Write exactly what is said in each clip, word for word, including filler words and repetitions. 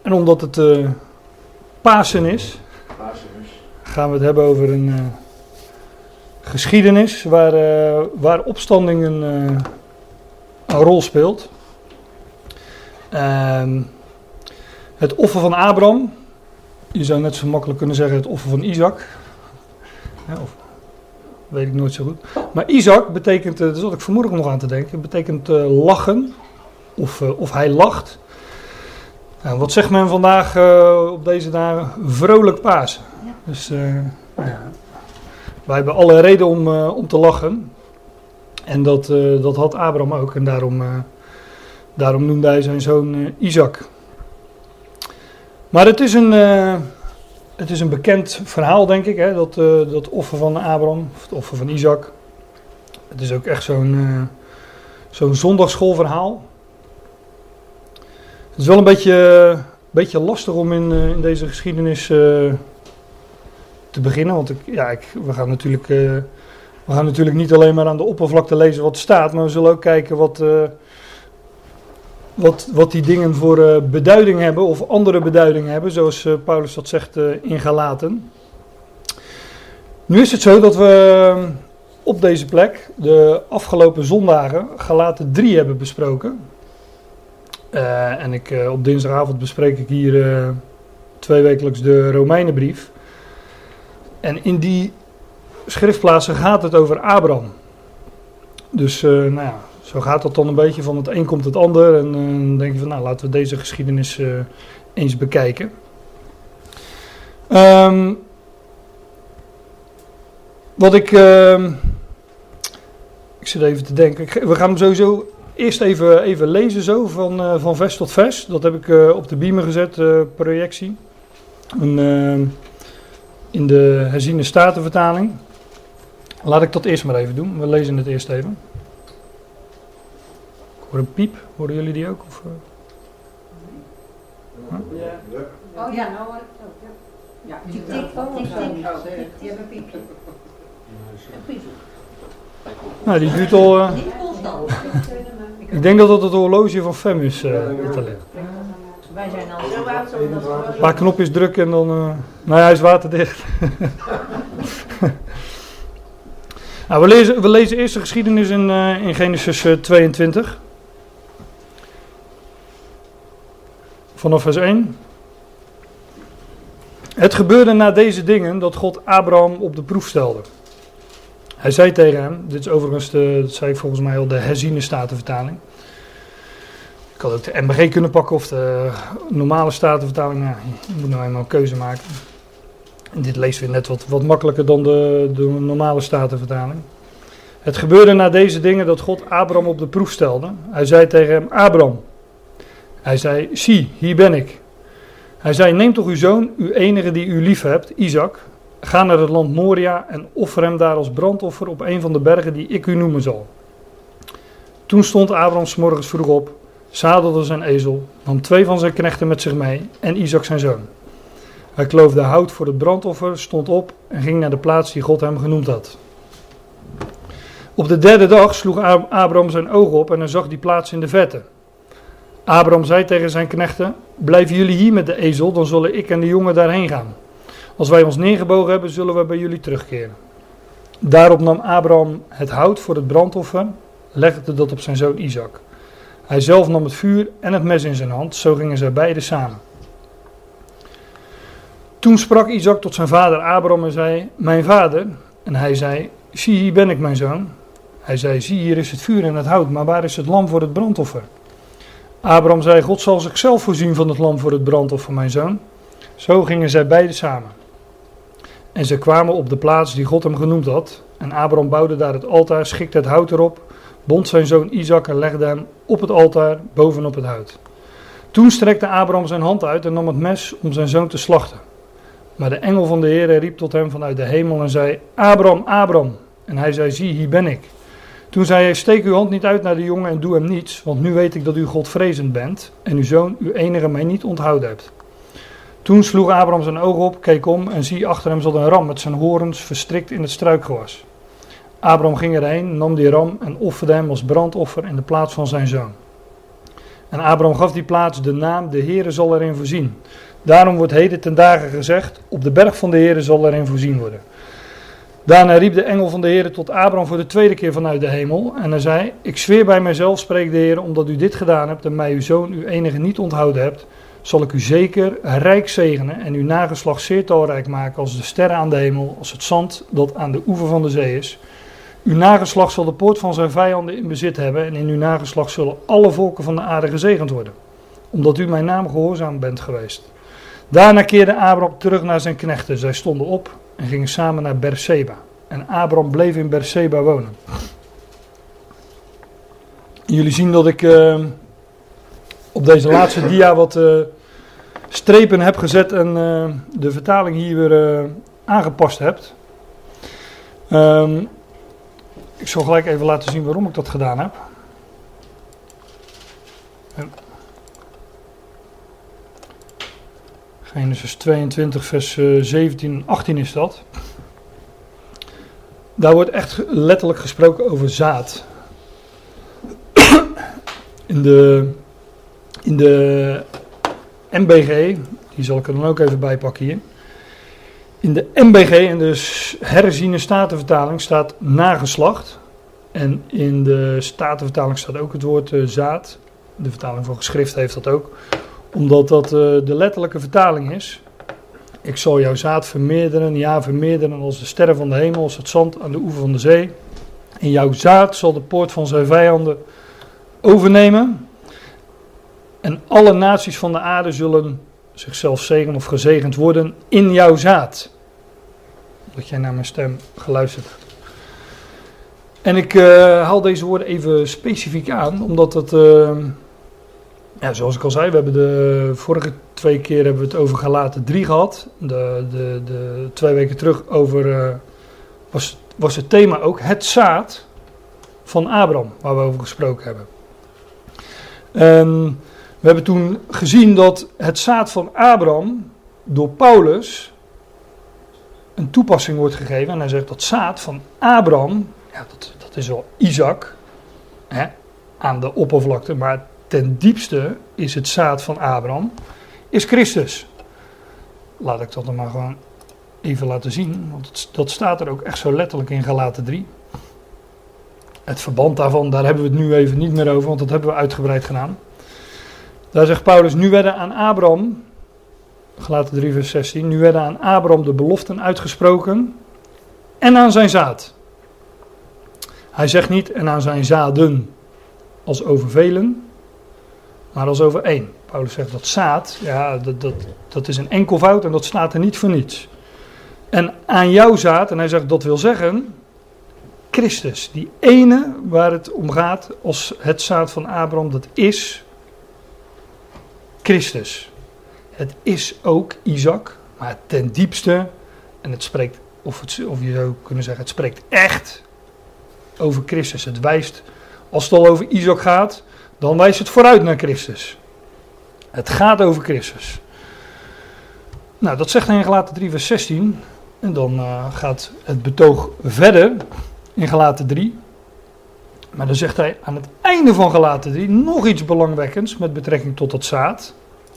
En omdat het uh, Pasen is, gaan we het hebben over een uh, geschiedenis waar, uh, waar opstanding een, uh, een rol speelt. Uh, het offer van Abraham, je zou net zo makkelijk kunnen zeggen het offer van Isaac. Ja, of, weet ik nooit zo goed. Maar Isaac betekent, uh, daar zat ik vanmorgen nog aan te denken, betekent uh, lachen of, uh, of hij lacht. Nou, wat zegt men vandaag uh, op deze dagen? Vrolijk Pasen. Ja. Dus uh, nou ja, wij hebben alle reden om, uh, om te lachen. En dat, uh, dat had Abraham ook. En daarom, uh, daarom noemde hij zijn zoon uh, Isaac. Maar het is een, uh, het is een bekend verhaal, denk ik. Hè, dat, uh, dat offer van Abraham, of het offer van Isaac. Het is ook echt zo'n, uh, zo'n zondagsschoolverhaal. Het is wel een beetje, beetje lastig om in, in deze geschiedenis uh, te beginnen. Want ik, ja, ik, we, gaan natuurlijk, uh, we gaan natuurlijk niet alleen maar aan de oppervlakte lezen wat er staat. Maar we zullen ook kijken wat, uh, wat, wat die dingen voor uh, beduiding hebben. Of andere beduiding hebben. Zoals uh, Paulus dat zegt uh, in Galaten. Nu is het zo dat we uh, op deze plek de afgelopen zondagen Galaten drie hebben besproken. Uh, en ik, uh, op dinsdagavond bespreek ik hier uh, tweewekelijks de Romeinenbrief. En in die schriftplaatsen gaat het over Abraham. Dus uh, nou ja, zo gaat dat dan een beetje, van het een komt het ander. En uh, dan denk je van, nou, laten we deze geschiedenis uh, eens bekijken. Um, wat ik... Uh, ik zit even te denken. Ik, we gaan hem sowieso... Eerst even, even lezen zo, van, uh, van vers tot vers. Dat heb ik uh, op de beamer gezet, uh, projectie. En, uh, in de herziene statenvertaling. Laat ik dat eerst maar even doen. We lezen het eerst even. Ik hoor een piep. Horen jullie die ook? Of, uh? huh? Oh ja, nou hoor ik het ook. Ja, ja tik, tik, tik, tik. Die hebben een piepje. Een piepje. Nou, die duurt al... Uh, ik denk dat dat het horloge van Fem is. Uh, Wij zijn al zo oud. Een paar knopjes drukken en dan... Uh, nou ja, hij is waterdicht. nou, we, lezen, we lezen eerst de geschiedenis in, uh, in Genesis uh, tweeëntwintig. Vanaf vers één. Het gebeurde na deze dingen dat God Abraham op de proef stelde. Hij zei tegen hem, dit is overigens, de, dat zei ik volgens mij al, de herziene statenvertaling. Ik had ook de M B G kunnen pakken of de normale statenvertaling. Nou, je moet nou eenmaal een keuze maken. En dit leest weer net wat, wat makkelijker dan de, de normale statenvertaling. Het gebeurde na deze dingen dat God Abraham op de proef stelde. Hij zei tegen hem, Abraham. Hij zei, zie, hier ben ik. Hij zei, neem toch uw zoon, uw enige die u lief hebt, Isaac. Ga naar het land Moria en offer hem daar als brandoffer op een van de bergen die ik u noemen zal. Toen stond Abraham 's morgens vroeg op, zadelde zijn ezel, nam twee van zijn knechten met zich mee en Isaac zijn zoon. Hij kloofde hout voor het brandoffer, stond op en ging naar de plaats die God hem genoemd had. Op de derde dag sloeg Abraham zijn ogen op en hij zag die plaats in de verte. Abraham zei tegen zijn knechten, blijven jullie hier met de ezel, dan zullen ik en de jongen daarheen gaan. Als wij ons neergebogen hebben, zullen we bij jullie terugkeren. Daarop nam Abraham het hout voor het brandoffer, legde dat op zijn zoon Isaac. Hij zelf nam het vuur en het mes in zijn hand, zo gingen zij beiden samen. Toen sprak Isaac tot zijn vader Abraham en zei, mijn vader. En hij zei, zie hier ben ik mijn zoon. Hij zei, zie hier is het vuur en het hout, maar waar is het lam voor het brandoffer? Abraham zei, God zal zichzelf voorzien van het lam voor het brandoffer, mijn zoon. Zo gingen zij beiden samen. En zij kwamen op de plaats die God hem genoemd had. En Abraham bouwde daar het altaar, schikte het hout erop, bond zijn zoon Isaac en legde hem op het altaar bovenop het hout. Toen strekte Abraham zijn hand uit en nam het mes om zijn zoon te slachten. Maar de engel van de Heer riep tot hem vanuit de hemel en zei, Abraham, Abraham. En hij zei, zie, hier ben ik. Toen zei hij, steek uw hand niet uit naar de jongen en doe hem niets, want nu weet ik dat u Godvrezend bent en uw zoon, uw enige, mij niet onthouden hebt. Toen sloeg Abraham zijn ogen op, keek om en zie, achter hem zat een ram met zijn horens verstrikt in het struikgewas. Abraham ging erheen, nam die ram en offerde hem als brandoffer in de plaats van zijn zoon. En Abraham gaf die plaats de naam, de Heere zal erin voorzien. Daarom wordt heden ten dagen gezegd, op de berg van de Heere zal erin voorzien worden. Daarna riep de engel van de Heere tot Abraham voor de tweede keer vanuit de hemel. En hij zei, ik zweer bij mijzelf, spreekt de Heere, omdat u dit gedaan hebt en mij uw zoon, uw enige niet onthouden hebt, zal ik u zeker rijk zegenen en uw nageslacht zeer talrijk maken als de sterren aan de hemel, als het zand dat aan de oever van de zee is. Uw nageslacht zal de poort van zijn vijanden in bezit hebben en in uw nageslacht zullen alle volken van de aarde gezegend worden, omdat u mijn naam gehoorzaam bent geweest. Daarna keerde Abraham terug naar zijn knechten. Zij stonden op en gingen samen naar Berseba. En Abraham bleef in Berseba wonen. Jullie zien dat ik uh, op deze laatste dia wat uh, strepen heb gezet en uh, de vertaling hier weer uh, aangepast heb. Um, ik zal gelijk even laten zien waarom ik dat gedaan heb. En Genesis tweeëntwintig vers zeventien en achttien is dat. Daar wordt echt letterlijk gesproken over zaad. In de, in de M B G, die zal ik er dan ook even bij pakken hier. In de M B G, in de herziene statenvertaling, staat nageslacht. En in de statenvertaling staat ook het woord uh, zaad. De vertaling van geschrift heeft dat ook. Omdat dat uh, de letterlijke vertaling is. Ik zal jouw zaad vermeerderen, ja vermeerderen als de sterren van de hemel, als het zand aan de oever van de zee. En jouw zaad zal de poort van zijn vijanden overnemen. En alle naties van de aarde zullen zichzelf zegenen of gezegend worden in jouw zaad. Dat jij naar mijn stem geluisterd hebt. En ik uh, haal deze woorden even specifiek aan, omdat het... Uh, Ja, zoals ik al zei, we hebben de vorige twee keer hebben we het over Galaten drie gehad. De, de, de twee weken terug over, uh, was, was het thema ook het zaad van Abraham, waar we over gesproken hebben. En we hebben toen gezien dat het zaad van Abraham door Paulus een toepassing wordt gegeven. En hij zegt dat zaad van Abraham, ja, dat, dat is wel Isaac, hè, aan de oppervlakte, maar ten diepste is het zaad van Abraham, is Christus. Laat ik dat dan maar gewoon even laten zien, want het, dat staat er ook echt zo letterlijk in Galaten drie. Het verband daarvan, daar hebben we het nu even niet meer over, want dat hebben we uitgebreid gedaan. Daar zegt Paulus, nu werden aan Abraham, Galaten drie vers zestien, nu werden aan Abraham de beloften uitgesproken en aan zijn zaad. Hij zegt niet en aan zijn zaden als over velen, maar als over één. Paulus zegt dat zaad, ja, dat, dat, dat is een enkelvoud en dat staat er niet voor niets. En aan jouw zaad, en hij zegt dat wil zeggen, Christus, die ene waar het om gaat als het zaad van Abraham, dat is Christus. Het is ook Isaac, maar ten diepste, en het spreekt, of, het, of je zou kunnen zeggen, het spreekt echt over Christus. Het wijst, als het al over Isaac gaat, dan wijst het vooruit naar Christus. Het gaat over Christus. Nou, dat zegt hij in Galaten drie vers zestien. En dan uh, gaat het betoog verder in Galaten drie. Maar dan zegt hij aan het einde van Galaten drie nog iets belangwekkends met betrekking tot het zaad.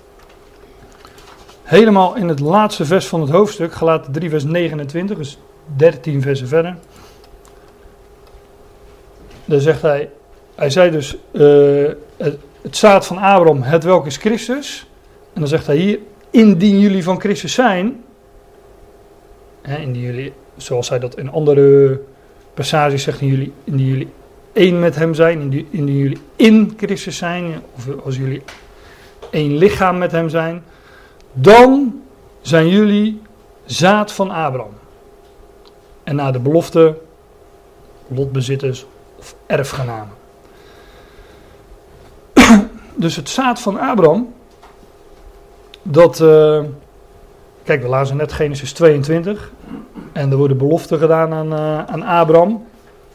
Helemaal in het laatste vers van het hoofdstuk, Galaten drie vers negenentwintig, dus dertien versen verder. Dan zegt hij, hij zei dus, uh, het, het zaad van Abraham, het welk is Christus. En dan zegt hij hier, indien jullie van Christus zijn, hè, indien jullie, zoals hij dat in andere passages zegt, indien jullie, indien jullie één met hem zijn, indien, indien jullie in Christus zijn, of als jullie één lichaam met hem zijn, dan zijn jullie zaad van Abraham. En naar de belofte, lotbezitters of erfgenamen. Dus het zaad van Abraham, dat, uh, kijk, we lazen net Genesis tweeëntwintig en er worden beloften gedaan aan, uh, aan Abraham.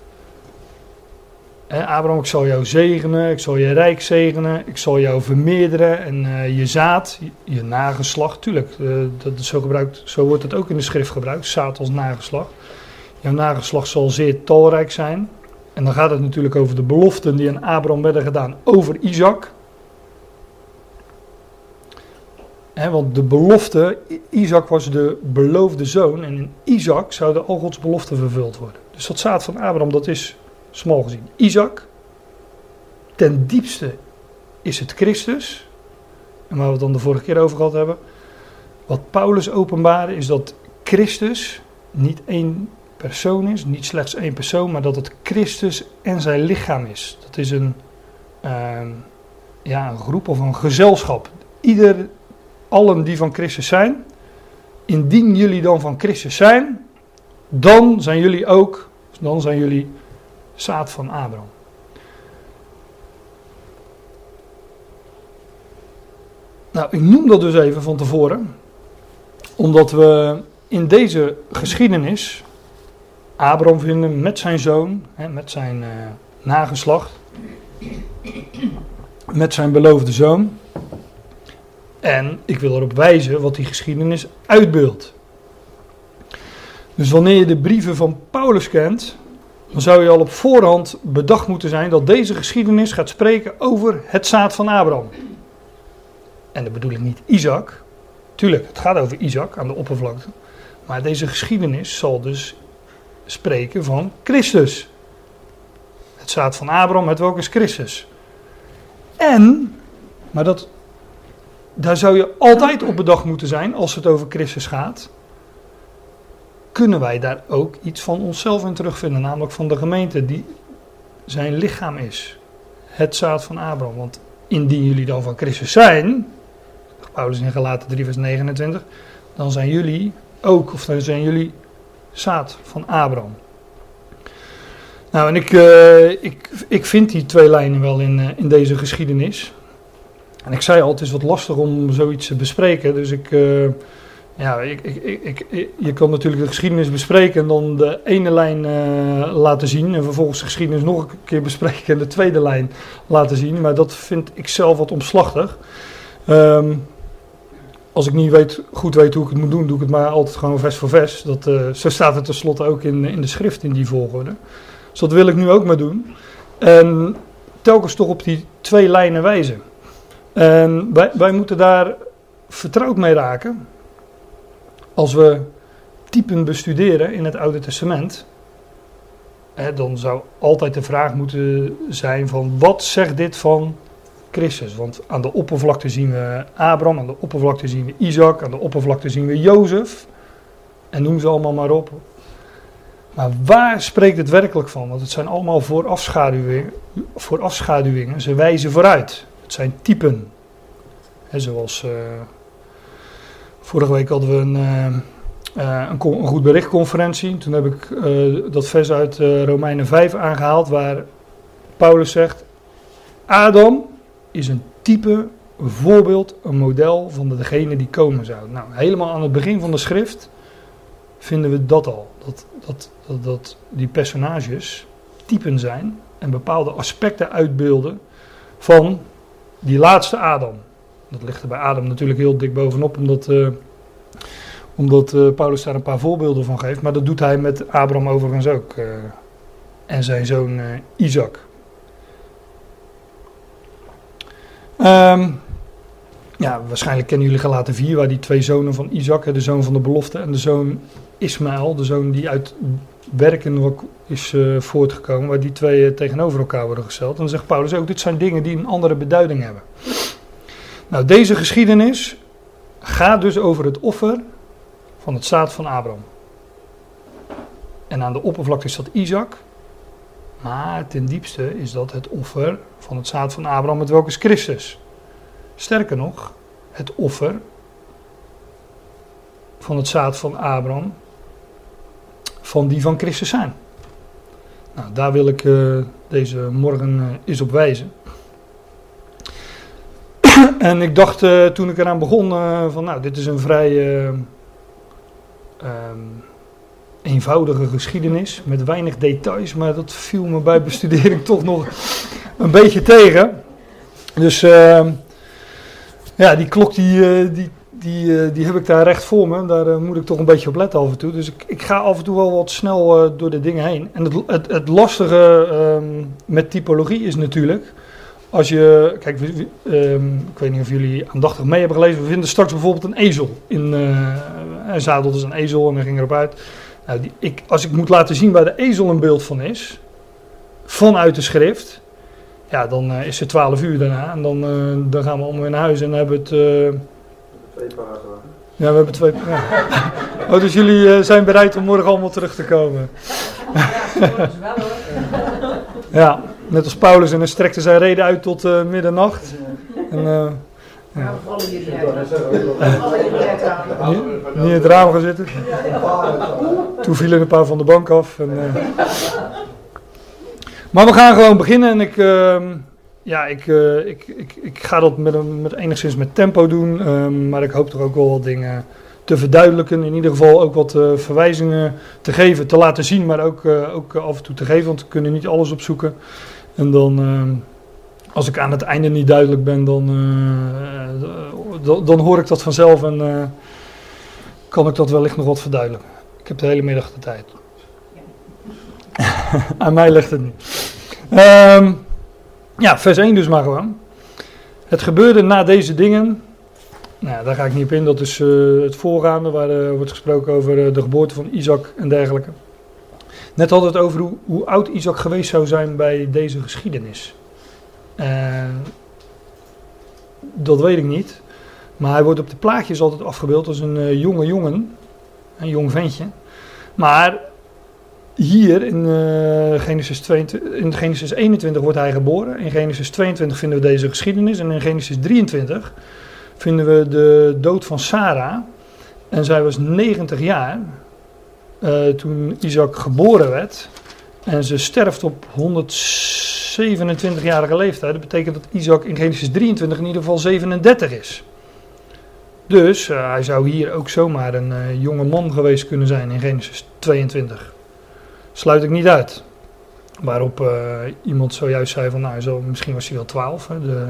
He, Abraham, ik zal jou zegenen, ik zal je rijk zegenen, ik zal jou vermeerderen en uh, je zaad, je, je nageslacht, tuurlijk, uh, dat is zo, gebruikt, zo wordt het ook in de schrift gebruikt, zaad als nageslacht. Jouw nageslacht zal zeer talrijk zijn. En dan gaat het natuurlijk over de beloften die aan Abraham werden gedaan over Isaac. He, want de belofte, Isaac was de beloofde zoon en in Isaac zouden al Gods beloften vervuld worden. Dus dat zaad van Abraham, dat is smal gezien. Isaac, ten diepste is het Christus. En waar we het dan de vorige keer over gehad hebben. Wat Paulus openbaarde is dat Christus niet één persoon is, niet slechts één persoon, maar dat het Christus en zijn lichaam is. Dat is een, uh, ja, een groep of een gezelschap. Ieder, allen die van Christus zijn, indien jullie dan van Christus zijn, dan zijn jullie ook, dan zijn jullie zaad van Abraham. Nou, ik noem dat dus even van tevoren, omdat we in deze geschiedenis Abraham vinden met zijn zoon, hè, met zijn uh, nageslacht, met zijn beloofde zoon. En ik wil erop wijzen wat die geschiedenis uitbeeldt. Dus wanneer je de brieven van Paulus kent, dan zou je al op voorhand bedacht moeten zijn dat deze geschiedenis gaat spreken over het zaad van Abraham. En dat bedoel ik niet Isaac. Tuurlijk, het gaat over Isaac aan de oppervlakte. Maar deze geschiedenis zal dus spreken van Christus. Het zaad van Abraham, het welk is Christus. En, maar dat, daar zou je altijd op bedacht moeten zijn als het over Christus gaat. Kunnen wij daar ook iets van onszelf in terugvinden, namelijk van de gemeente die zijn lichaam is. Het zaad van Abraham. Want indien jullie dan van Christus zijn, Paulus in Galaten drie vers negenentwintig, dan zijn jullie ook, of dan zijn jullie zaad van Abraham. Nou, en ik, uh, ik, ik vind die twee lijnen wel in, uh, in deze geschiedenis. En ik zei al, het is wat lastig om zoiets te bespreken. Dus ik, uh, ja, ik, ik, ik, ik, je kan natuurlijk de geschiedenis bespreken en dan de ene lijn uh, laten zien. En vervolgens de geschiedenis nog een keer bespreken en de tweede lijn laten zien. Maar dat vind ik zelf wat omslachtig. Um, Als ik niet weet, goed weet hoe ik het moet doen, doe ik het maar altijd gewoon vers voor vers. Dat, uh, zo staat het tenslotte ook in, in de schrift in die volgorde. Dus dat wil ik nu ook maar doen. En telkens toch op die twee lijnen wijzen. En wij, wij moeten daar vertrouwd mee raken. Als we typen bestuderen in het Oude Testament. Hè, dan zou altijd de vraag moeten zijn van wat zegt dit van Christus? Want aan de oppervlakte zien we Abraham, aan de oppervlakte zien we Isaac, aan de oppervlakte zien we Jozef. En noem ze allemaal maar op. Maar waar spreekt het werkelijk van? Want het zijn allemaal voorafschaduwingen. voorafschaduwingen. Ze wijzen vooruit. Het zijn typen. He, zoals uh, vorige week hadden we een, uh, uh, een, een goed berichtconferentie. Toen heb ik uh, dat vers uit uh, Romeinen vijf aangehaald waar Paulus zegt: Adam is een type, een voorbeeld, een model van degene die komen zou. Nou, helemaal aan het begin van de schrift vinden we dat al. Dat, dat, dat, dat die personages typen zijn en bepaalde aspecten uitbeelden van die laatste Adam. Dat ligt er bij Adam natuurlijk heel dik bovenop, omdat, uh, omdat uh, Paulus daar een paar voorbeelden van geeft. Maar dat doet hij met Abraham overigens ook. Uh, en zijn zoon uh, Isaac. Um, ja, waarschijnlijk kennen jullie Galaten vier, waar die twee zonen van Isaac, de zoon van de belofte, en de zoon Ismaël, de zoon die uit werken is uh, voortgekomen, waar die twee uh, tegenover elkaar worden gesteld. En dan zegt Paulus ook, dit zijn dingen die een andere beduiding hebben. Nou, deze geschiedenis gaat dus over het offer van het zaad van Abraham. En aan de oppervlakte is dat Isaac, maar ten diepste is dat het offer van het zaad van Abraham, het welk is Christus. Sterker nog, het offer van het zaad van Abraham, van die van Christus zijn. Nou, daar wil ik uh, deze morgen uh, eens op wijzen. En ik dacht uh, toen ik eraan begon, uh, van nou, dit is een vrij uh, um, eenvoudige geschiedenis met weinig details, maar dat viel me bij bestudering toch nog een beetje tegen. Dus uh, ja, die klok die, uh, die, die, uh, die heb ik daar recht voor me. Daar uh, moet ik toch een beetje op letten af en toe. Dus ik, ik ga af en toe wel wat snel uh, door de dingen heen. En het, het, het lastige uh, met typologie is natuurlijk, als je, kijk, we, um, ik weet niet of jullie aandachtig mee hebben gelezen, we vinden straks bijvoorbeeld een ezel. In, uh, hij zadelde dus een ezel en hij ging erop uit. Nou, die, ik, als ik moet laten zien waar de ezel een beeld van is, vanuit de schrift, ja, dan uh, is het twaalf uur daarna en dan, uh, dan gaan we allemaal weer naar huis en dan hebben we het... Uh, twee paragrafen. Ja, we hebben twee... Ja. Oh, dus jullie uh, zijn bereid om morgen allemaal terug te komen? Ja, dat is wel hoor. Ja, net als Paulus en dan strekte zijn reden uit tot uh, middernacht. En, uh, ja. Nou, vallen jullie uit. Vallen jullie uit aan. Niet, niet in het raam gaan zitten. Toen vielen een paar van de bank af. En, uh. Maar we gaan gewoon beginnen en ik... Uh, Ja, ik, uh, ik, ik, ik ga dat met, een, met enigszins met tempo doen, um, maar ik hoop toch ook wel wat dingen te verduidelijken. In ieder geval ook wat uh, verwijzingen te geven, te laten zien, maar ook, uh, ook af en toe te geven, want we kunnen niet alles opzoeken. En dan, uh, als ik aan het einde niet duidelijk ben, dan, uh, dan, dan hoor ik dat vanzelf en uh, kan ik dat wellicht nog wat verduidelijken. Ik heb de hele middag de tijd. Aan mij ligt het niet. Um, Ja, vers één dus maar gewoon. Het gebeurde na deze dingen. Nou, daar ga ik niet op in. Dat is uh, het voorgaande waar uh, wordt gesproken over uh, de geboorte van Isaac en dergelijke. Net hadden we het over hoe, hoe oud Isaac geweest zou zijn bij deze geschiedenis. Uh, dat weet ik niet. Maar hij wordt op de plaatjes altijd afgebeeld als een uh, jonge jongen. Een jong ventje. Maar... Hier in, uh, Genesis tweeëntwintig, in Genesis eenentwintig wordt hij geboren. In Genesis tweeëntwintig vinden we deze geschiedenis. En in Genesis drieëntwintig vinden we de dood van Sarah. En zij was negentig jaar uh, toen Isaac geboren werd. En ze sterft op honderdzevenentwintigjarige leeftijd. Dat betekent dat Isaac in Genesis drieëntwintig in ieder geval zevenendertig is. Dus uh, hij zou hier ook zomaar een uh, jonge man geweest kunnen zijn in Genesis tweeëntwintig. Sluit ik niet uit. Waarop uh, iemand zojuist zei van, nou, zo, misschien was hij wel twaalf. Hè, de,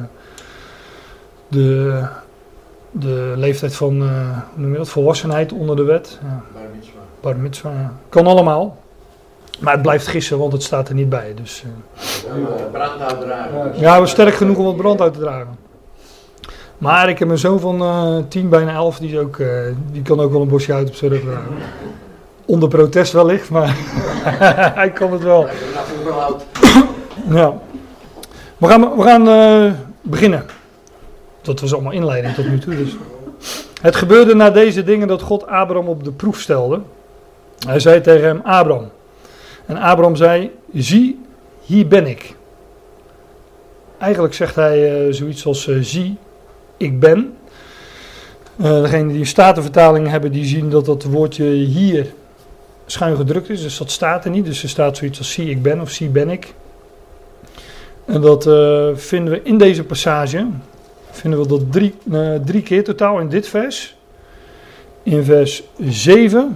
de, de leeftijd van, uh, hoe noem je dat, volwassenheid onder de wet. Ja. Bar mitzwa. Bar mitzwa, ja. Kan allemaal. Maar het blijft gissen, want het staat er niet bij. Dus, uh. Brand uitdragen. Ja, we sterk genoeg om wat brand uit te dragen. Maar ik heb een zoon van uh, tien, bijna elf, die, is ook, uh, die kan ook wel een bosje uit op zijn rug dragen. Onder protest wellicht, maar hij kan het wel. Ja. We gaan, we gaan uh, beginnen. Dat was allemaal inleiding tot nu toe. Dus. Het gebeurde na deze dingen dat God Abraham op de proef stelde. Hij zei tegen hem, Abraham. En Abraham zei, zie, hier ben ik. Eigenlijk zegt hij uh, zoiets als, uh, zie, ik ben. Uh, degenen die een statenvertaling hebben, die zien dat dat woordje hier schuin gedrukt is, dus dat staat er niet. Dus er staat zoiets als zie ik ben of zie ben ik. En dat uh, vinden we in deze passage, vinden we dat drie, uh, drie keer totaal in dit vers. In vers zeven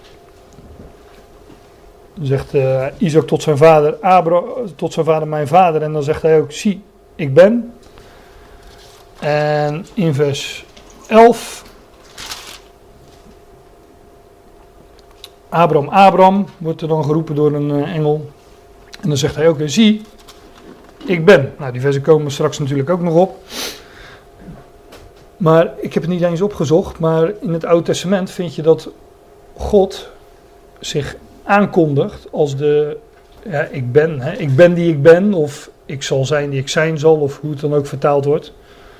zegt uh, Isaac tot zijn vader, Abra, tot zijn vader mijn vader, en dan zegt hij ook zie ik ben. En in vers elf Abraham, Abraham, wordt er dan geroepen door een uh, engel. En dan zegt hij ook, zie, ik ben. Nou, die versen komen straks natuurlijk ook nog op. Maar ik heb het niet eens opgezocht, maar in het Oude Testament vind je dat God zich aankondigt als de, ja, ik ben, hè, ik ben die ik ben, of ik zal zijn die ik zijn zal, of hoe het dan ook vertaald wordt.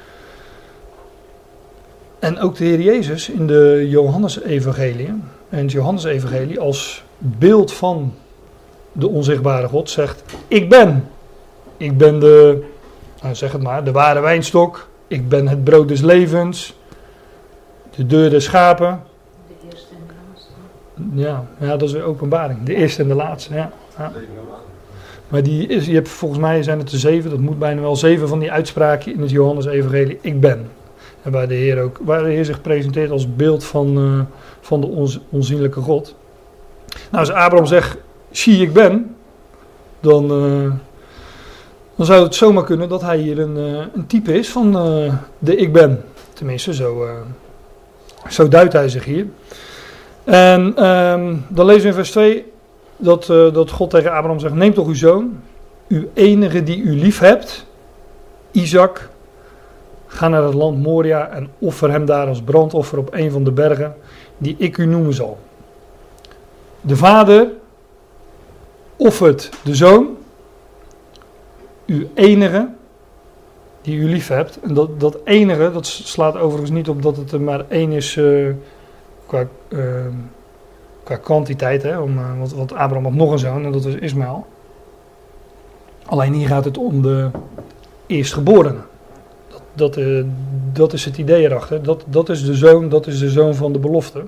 En ook de Heer Jezus in de Johannes-evangelie, en het Johannes-evangelie als beeld van de onzichtbare God zegt, ik ben. Ik ben de, nou zeg het maar, de ware wijnstok. Ik ben het brood des levens. De deur des schapen. De eerste en de laatste. Ja, ja, dat is weer openbaring. De eerste en de laatste, ja. ja. Maar die is, je hebt, volgens mij zijn het er zeven, dat moet bijna wel zeven van die uitspraken in het Johannes-evangelie. Ik ben. En waar de Heer ook, waar de Heer zich presenteert als beeld van, uh, van de onz, onzienlijke God. Nou, als Abraham zegt, zie ik ben, dan, uh, dan zou het zomaar kunnen dat hij hier een, uh, een type is van uh, de ik ben. Tenminste, zo, uh, zo duidt hij zich hier. En um, dan lezen we in vers twee dat, uh, dat God tegen Abraham zegt, neem toch uw zoon, uw enige die u lief hebt, Isaac, ga naar het land Moria en offer hem daar als brandoffer op een van de bergen die ik u noemen zal. De vader offert de zoon, uw enige, die u lief hebt. En dat, dat enige, dat slaat overigens niet op dat het er maar één is uh, qua, uh, qua kwantiteit. Hè, om, uh, want, want Abraham had nog een zoon en dat was Ismaël. Alleen hier gaat het om de eerstgeborene. Dat, dat, uh, dat is het idee erachter. Dat, dat is de zoon, dat is de zoon van de belofte.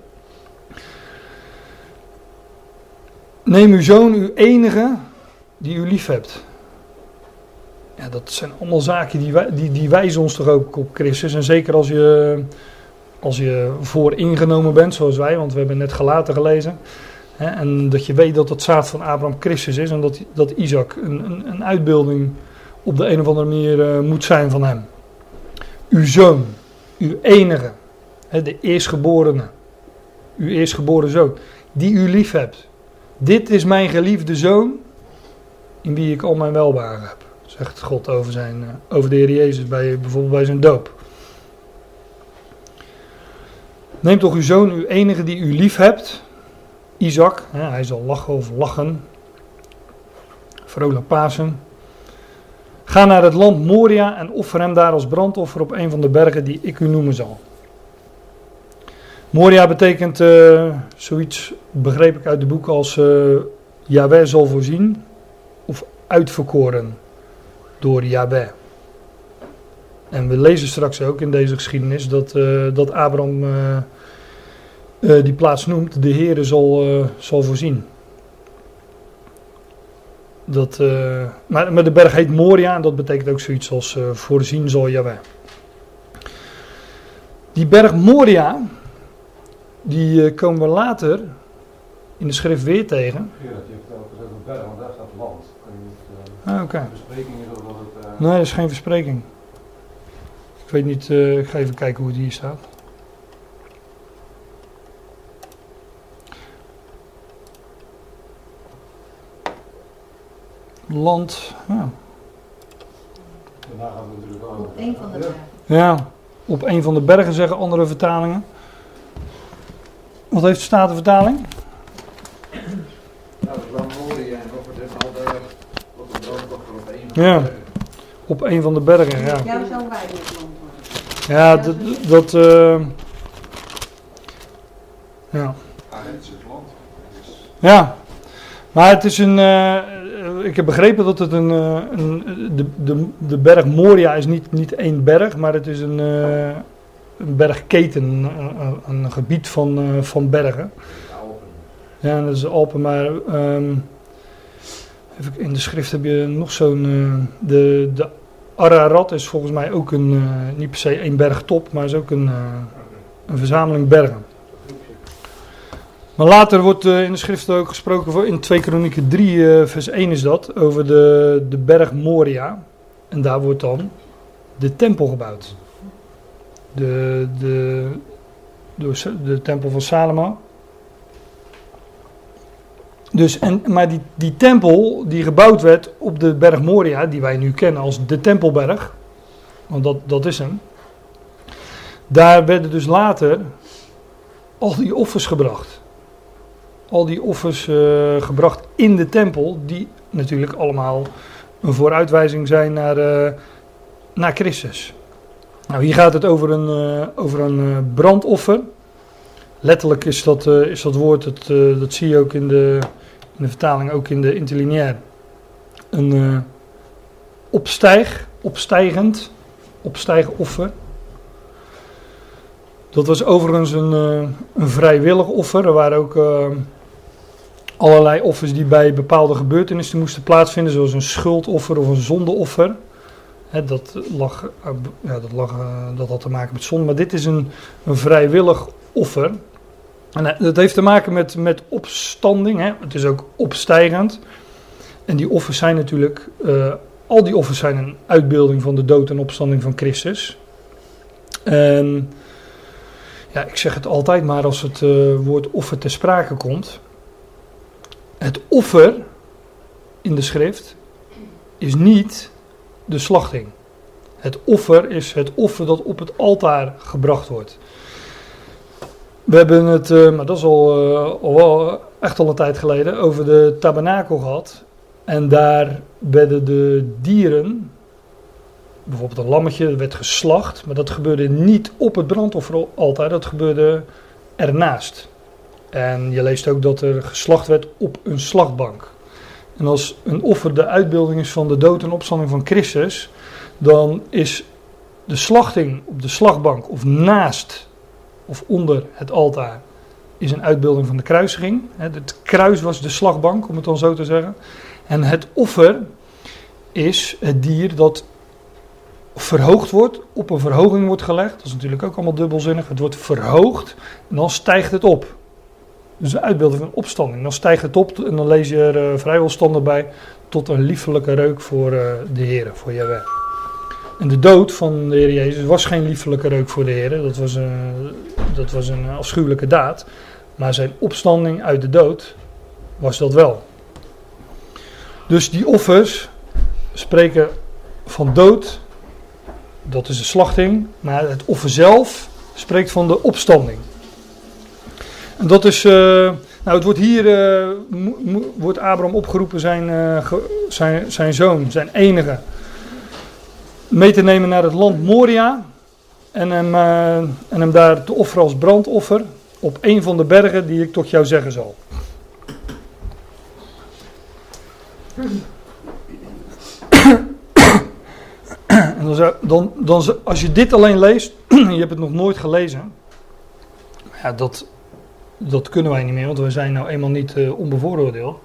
Neem uw zoon, uw enige, die u lief hebt. Ja, dat zijn allemaal zaken die, wij, die, die wijzen ons toch ook op Christus. En zeker als je, als je vooringenomen bent, zoals wij, want we hebben net Galaten gelezen. Hè, en dat je weet dat het zaad van Abraham Christus is en dat, dat Isaac een, een, een uitbeelding op de een of andere manier uh, moet zijn van hem. Uw zoon, uw enige, hè, de eerstgeborene, uw eerstgeboren zoon, die u lief hebt. Dit is mijn geliefde zoon, in wie ik al mijn welbehagen heb. Zegt God over, zijn, over de Heer Jezus, bij, bijvoorbeeld bij zijn doop. Neem toch uw zoon, uw enige die u lief hebt, Isaac, hè, hij zal lachen of lachen, vrolijk Pasen. Ga naar het land Moria en offer hem daar als brandoffer op een van de bergen die ik u noemen zal. Moria betekent uh, zoiets, begreep ik uit de boek, als uh, Yahweh zal voorzien of uitverkoren door Yahweh. En we lezen straks ook in deze geschiedenis dat, uh, dat Abraham uh, uh, die plaats noemt, de Heere zal, uh, zal voorzien. Dat, uh, maar, maar de berg heet Moria en dat betekent ook zoiets als uh, voorzien zal Yahweh. Die berg Moria, die uh, komen we later in de schrift weer tegen. Ja, dat je vertelt over de berg, want daar staat land. Ah, oké. Okay. Verspreking is ook dat het... Uh... Nee, dat is geen verspreking. Ik weet niet, uh, ik ga even kijken hoe het hier staat. Land, ja. Daarna gaan we natuurlijk ook... Op een van de bergen. Ja, op een van de bergen zeggen andere vertalingen. Wat heeft de Statenvertaling? Nou, het land Moria en of het is al daar op de brandoffer op één van Ja. de bergen. Op een van de bergen, ja. Jouw zoon wij in het land worden. Ja, dat... dat uh, ja. Ah, het is het land. Ja, maar het is een... Uh, ik heb begrepen dat het een... Uh, een de, de, de berg Moria is niet, niet één berg, maar het is een, uh, een bergketen. Een, een, een gebied van, uh, van bergen. De Alpen. Ja, dat is de Alpen, maar... Um, even, in de schrift heb je nog zo'n... Uh, de, de Ararat is volgens mij ook een... Uh, niet per se één bergtop, maar is ook een, uh, een verzameling bergen. Maar later wordt uh, in de schrift ook gesproken, in twee Kronieken drie uh, vers één is dat, over de, de berg Moria. En daar wordt dan de tempel gebouwd. De, de, de, de tempel van Salomo. Dus, en, maar die, die tempel die gebouwd werd op de berg Moria, die wij nu kennen als de Tempelberg, want dat, dat is hem. Daar werden dus later al die offers gebracht. Al die offers uh, gebracht in de tempel, die natuurlijk allemaal een vooruitwijzing zijn naar, uh, naar Christus. Nou, hier gaat het over een, uh, over een uh, brandoffer. Letterlijk is dat, uh, is dat woord, het, uh, dat zie je ook in de, in de vertaling, ook in de interlineair. Een uh, opstijg, opstijgend, opstijgoffer. Dat was overigens een, uh, een vrijwillig offer. Er waren ook uh, allerlei offers die bij bepaalde gebeurtenissen moesten plaatsvinden, zoals een schuldoffer of een zondeoffer. Hè, dat, lag, uh, ja, dat, lag, uh, dat had te maken met zonde, maar dit is een, een vrijwillig offer. En uh, dat heeft te maken met, met opstanding, hè. Het is ook opstijgend. En die offers zijn natuurlijk, uh, al die offers zijn een uitbeelding van de dood en opstanding van Christus. En ja, ik zeg het altijd, maar als het uh, woord offer ter sprake komt. Het offer in de schrift is niet de slachting. Het offer is het offer dat op het altaar gebracht wordt. We hebben het, uh, maar dat is al, uh, al wel echt al een tijd geleden, over de tabernakel gehad. En daar werden de dieren, bijvoorbeeld een lammetje, dat werd geslacht. Maar dat gebeurde niet op het brandofferaltaar, dat gebeurde ernaast. En je leest ook dat er geslacht werd op een slachtbank. En als een offer de uitbeelding is van de dood en opstanding van Christus, dan is de slachting op de slagbank of naast of onder het altaar is een uitbeelding van de kruisiging. Het kruis was de slagbank, om het dan zo te zeggen. En het offer is het dier dat verhoogd wordt, op een verhoging wordt gelegd. Dat is natuurlijk ook allemaal dubbelzinnig. Het wordt verhoogd en dan stijgt het op. Dus een uitbeelding van opstanding. Dan stijgt het op en dan lees je er uh, vrijwel standaard bij tot een liefelijke reuk voor uh, de Heer, voor Jahweh. En de dood van de Heer Jezus was geen liefelijke reuk voor de Heer. Dat was een, dat was een afschuwelijke daad. Maar zijn opstanding uit de dood was dat wel. Dus die offers spreken van dood. Dat is de slachting. Maar het offer zelf spreekt van de opstanding. En dat is, uh, nou het wordt hier, uh, mo- mo- wordt Abraham opgeroepen zijn, uh, ge- zijn, zijn zoon, zijn enige, mee te nemen naar het land Moria. En hem, uh, en hem daar te offeren als brandoffer op een van de bergen die ik tot jou zeggen zal. En dan, zou, dan, dan, als je dit alleen leest, je hebt het nog nooit gelezen, ja, dat, dat kunnen wij niet meer, want we zijn nou eenmaal niet uh, onbevooroordeeld.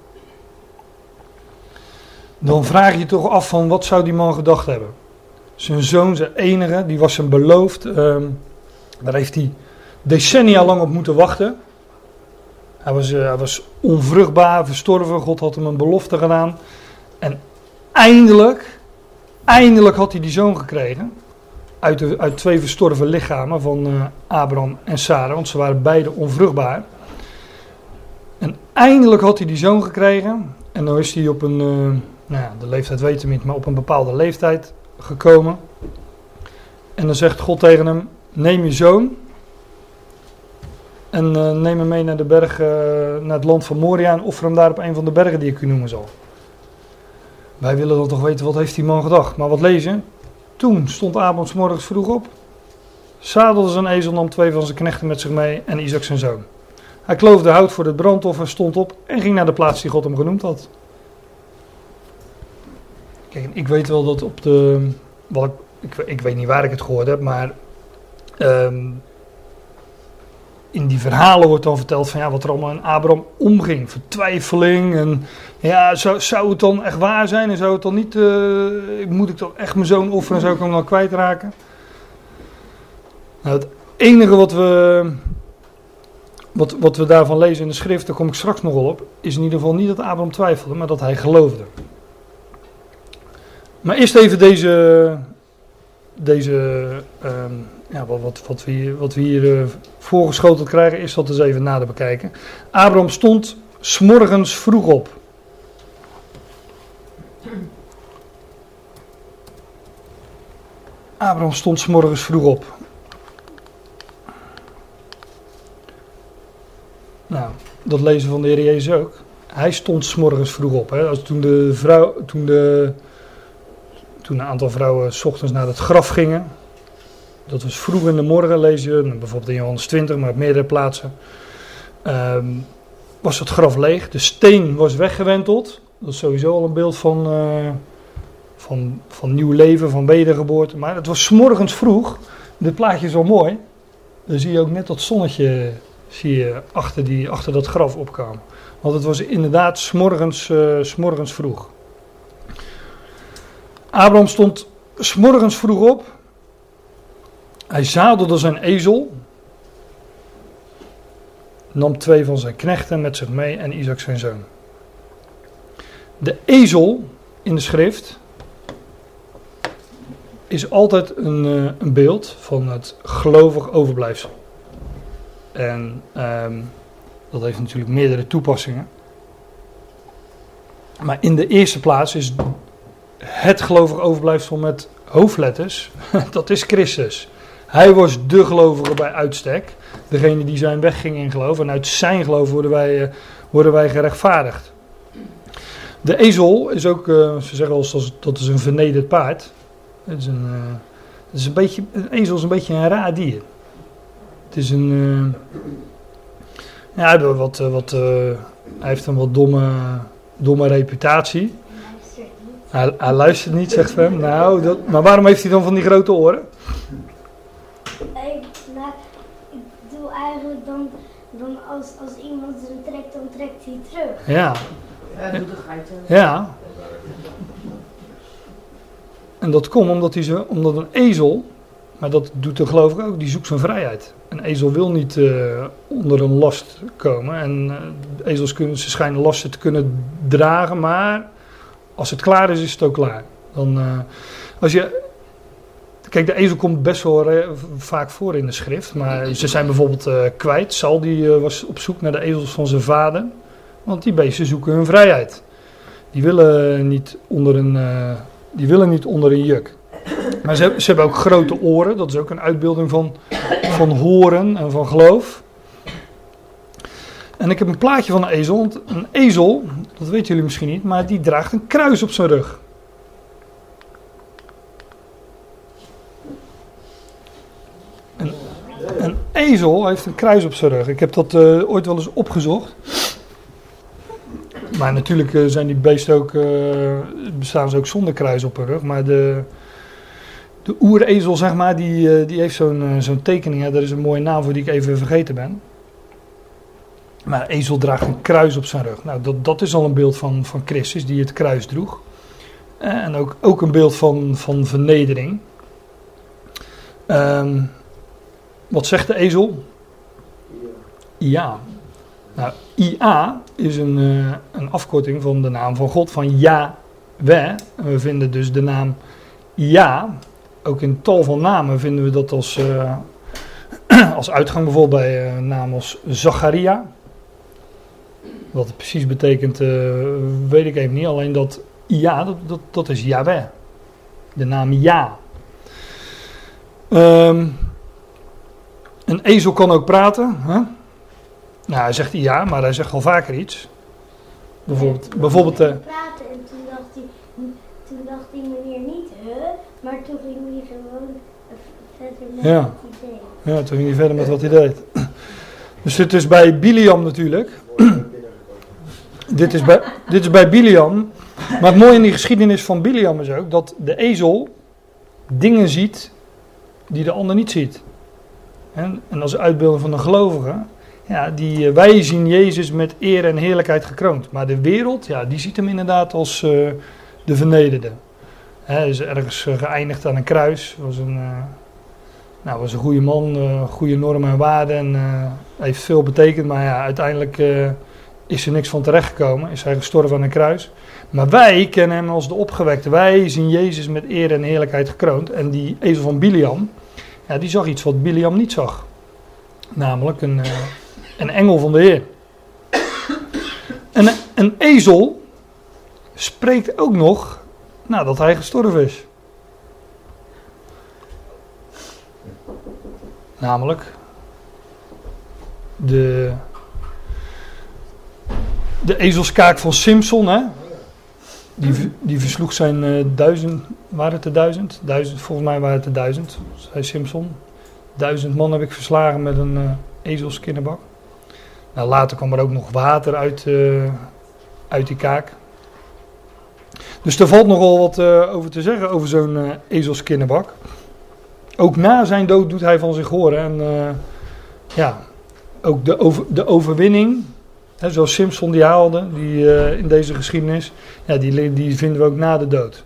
Dan vraag je je toch af van wat zou die man gedacht hebben. Zijn zoon, zijn enige, die was hem beloofd. Um, daar heeft hij decennia lang op moeten wachten. Hij was, uh, hij was onvruchtbaar, verstorven. God had hem een belofte gedaan. En eindelijk, eindelijk had hij die zoon gekregen. Uit, de, uit twee verstorven lichamen van uh, Abraham en Sarah. Want ze waren beide onvruchtbaar. En eindelijk had hij die zoon gekregen. En dan is hij op een, uh, nou ja, de leeftijd weten we niet, maar op een bepaalde leeftijd gekomen. En dan zegt God tegen hem, neem je zoon en uh, neem hem mee naar de berg, uh, naar het land van Moria en offer hem daar op een van de bergen die ik u noemen zal. Wij willen dan toch weten, wat heeft die man gedacht? Maar wat lees je? Toen stond Abraham 's morgens vroeg op, zadelde zijn ezel, nam twee van zijn knechten met zich mee en Isaac zijn zoon. Hij kloofde hout voor het brandoffer, stond op en ging naar de plaats die God hem genoemd had. Kijk, ik weet wel dat op de, wat ik, ik, ik weet niet waar ik het gehoord heb, maar um, in die verhalen wordt dan verteld van ja, wat er allemaal in Abraham omging. Vertwijfeling en ja, zou, zou het dan echt waar zijn en zou het dan niet, uh, moet ik dan echt mijn zoon offeren en zou ik hem dan kwijtraken? Nou, het enige wat we, wat, wat we daarvan lezen in de schrift, daar kom ik straks nog wel op, is in ieder geval niet dat Abraham twijfelde, maar dat hij geloofde. Maar eerst even deze, deze um, ja, wat, wat, we hier, wat we hier uh, voorgeschoteld krijgen, is dat eens even nader bekijken. Abraham stond 's morgens vroeg op. Abraham stond 's morgens vroeg op. Nou, dat lezen we van de Heer Jezus ook. Hij stond 's morgens vroeg op. Hè. Als toen de vrouw, toen de... Toen een aantal vrouwen 's ochtends naar het graf gingen. Dat was vroeg in de morgen, lees je, bijvoorbeeld in Johannes twintig, maar op meerdere plaatsen. Um, was het graf leeg. De steen was weggewenteld. Dat is sowieso al een beeld van, uh, van, van nieuw leven, van wedergeboorte. Maar het was 's morgens vroeg. Dit plaatje is wel mooi. Dan zie je ook net dat zonnetje zie je achter, die, achter dat graf opkomen. Want het was inderdaad 's morgens, uh, 's morgens vroeg. Abraham stond 's morgens vroeg op. Hij zadelde zijn ezel. Nam twee van zijn knechten met zich mee en Isaac zijn zoon. De ezel in de schrift is altijd een, uh, een beeld van het gelovig overblijfsel. En um, dat heeft natuurlijk meerdere toepassingen. Maar in de eerste plaats is het gelovig overblijfsel met hoofdletters, dat is Christus. Hij was de gelovige bij uitstek. Degene die zijn weg ging in geloof. En uit zijn geloof worden wij, uh, worden wij gerechtvaardigd. De ezel is ook, uh, ze zeggen wel eens, dat is een vernederd paard. Het is een, uh, het is een beetje, een ezel is een beetje een raar dier. Het is een, uh, ja, hij, heeft wat, uh, wat, uh, hij heeft een wat domme, domme reputatie. Hij, hij luistert niet, zegt Fem. Nou, dat, maar waarom heeft hij dan van die grote oren? Ik, nou, ik doe eigenlijk dan, dan als, als iemand hem trekt, dan trekt hij terug. Ja. Ja, doe de geiten. Ja. En dat komt omdat, hij zo, omdat een ezel, maar dat doet de geloof ik ook, die zoekt zijn vrijheid. Een ezel wil niet uh, onder een last komen. En uh, ezels kunnen, ze schijnen lasten te kunnen dragen, maar als het klaar is, is het ook klaar. Dan, uh, als je, kijk, de ezel komt best wel uh, vaak voor in de schrift, maar ze zijn bijvoorbeeld uh, kwijt. Saul die, uh, was op zoek naar de ezels van zijn vader, want die beesten zoeken hun vrijheid. Die willen niet onder een, uh, die willen niet onder een juk. Maar ze, ze hebben ook grote oren, dat is ook een uitbeelding van, van horen en van geloof. En ik heb een plaatje van een ezel, want een ezel, dat weten jullie misschien niet, maar die draagt een kruis op zijn rug. Een, een ezel heeft een kruis op zijn rug. Ik heb dat uh, ooit wel eens opgezocht. Maar natuurlijk uh, zijn die beesten ook, uh, bestaan ze ook zonder kruis op hun rug. Maar de, de oerezel, zeg maar, die, uh, die heeft zo'n, uh, zo'n tekening. Hè, daar is een mooie naam voor die ik even vergeten ben. Maar een ezel draagt een kruis op zijn rug. Nou, dat, dat is al een beeld van, van Christus die het kruis droeg. Uh, en ook, ook een beeld van, van vernedering. Um, wat zegt de ezel? Ja. Nou, I A is een, uh, een afkorting van de naam van God, van Yahweh. En we vinden dus de naam Ja, ook in tal van namen vinden we dat als, uh, als uitgang, bijvoorbeeld bij een uh, naam als Zacharia. Wat het precies betekent, uh, weet ik even niet. Alleen dat Ja, dat, dat, dat is Yahweh. De naam Ja. Um, een ezel kan ook praten, hè? Nou, hij zegt ja, maar hij zegt al vaker iets. Bijvoorbeeld... Ja, bijvoorbeeld uh, praten en toen dacht, hij, toen dacht die meneer niet, huh? Maar toen ging hij gewoon verder met ja. wat hij deed. Ja, toen ging hij verder met wat hij deed. Dus dit is bij Biliam natuurlijk. dit, is bij, dit is bij Biliam. Maar het mooie in die geschiedenis van Biliam is ook dat de ezel dingen ziet die de ander niet ziet. En, en als uitbeelding van de gelovigen... Ja, die, wij zien Jezus met eer en heerlijkheid gekroond. Maar de wereld, ja, die ziet hem inderdaad als uh, de vernederde. Hij is ergens uh, geëindigd aan een kruis. Was een, uh, nou, was een goede man, uh, goede normen en waarden. En uh, heeft veel betekend. Maar ja, uiteindelijk uh, is er niks van terechtgekomen. Is hij gestorven aan een kruis. Maar wij kennen hem als de opgewekte. Wij zien Jezus met eer en heerlijkheid gekroond. En die ezel van Biliam, ja, die zag iets wat Biliam niet zag. Namelijk een... Uh, Een engel van de Heer. En een ezel spreekt ook nog nadat hij gestorven is. Namelijk de, de ezelskaak van Simson, hè? Die, die versloeg zijn uh, duizend, waren het er duizend? duizend? Volgens mij waren het er duizend, zei Simson. Duizend man heb ik verslagen met een uh, ezelskinnerbak. Nou, later kwam er ook nog water uit, uh, uit die kaak. Dus er valt nogal wat uh, over te zeggen over zo'n uh, ezelskinnerbak. Ook na zijn dood doet hij van zich horen. En uh, ja, ook de, over, de overwinning, hè, zoals Simson die haalde die, uh, in deze geschiedenis, ja, die, die vinden we ook na de dood.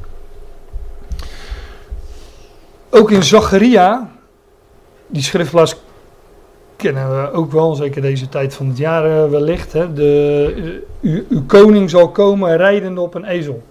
Ook in Zacharia, die schriftplaats kennen we ook wel, zeker deze tijd van het jaar wellicht. Hè. De, uh, u, uw koning zal komen rijdende op een ezel.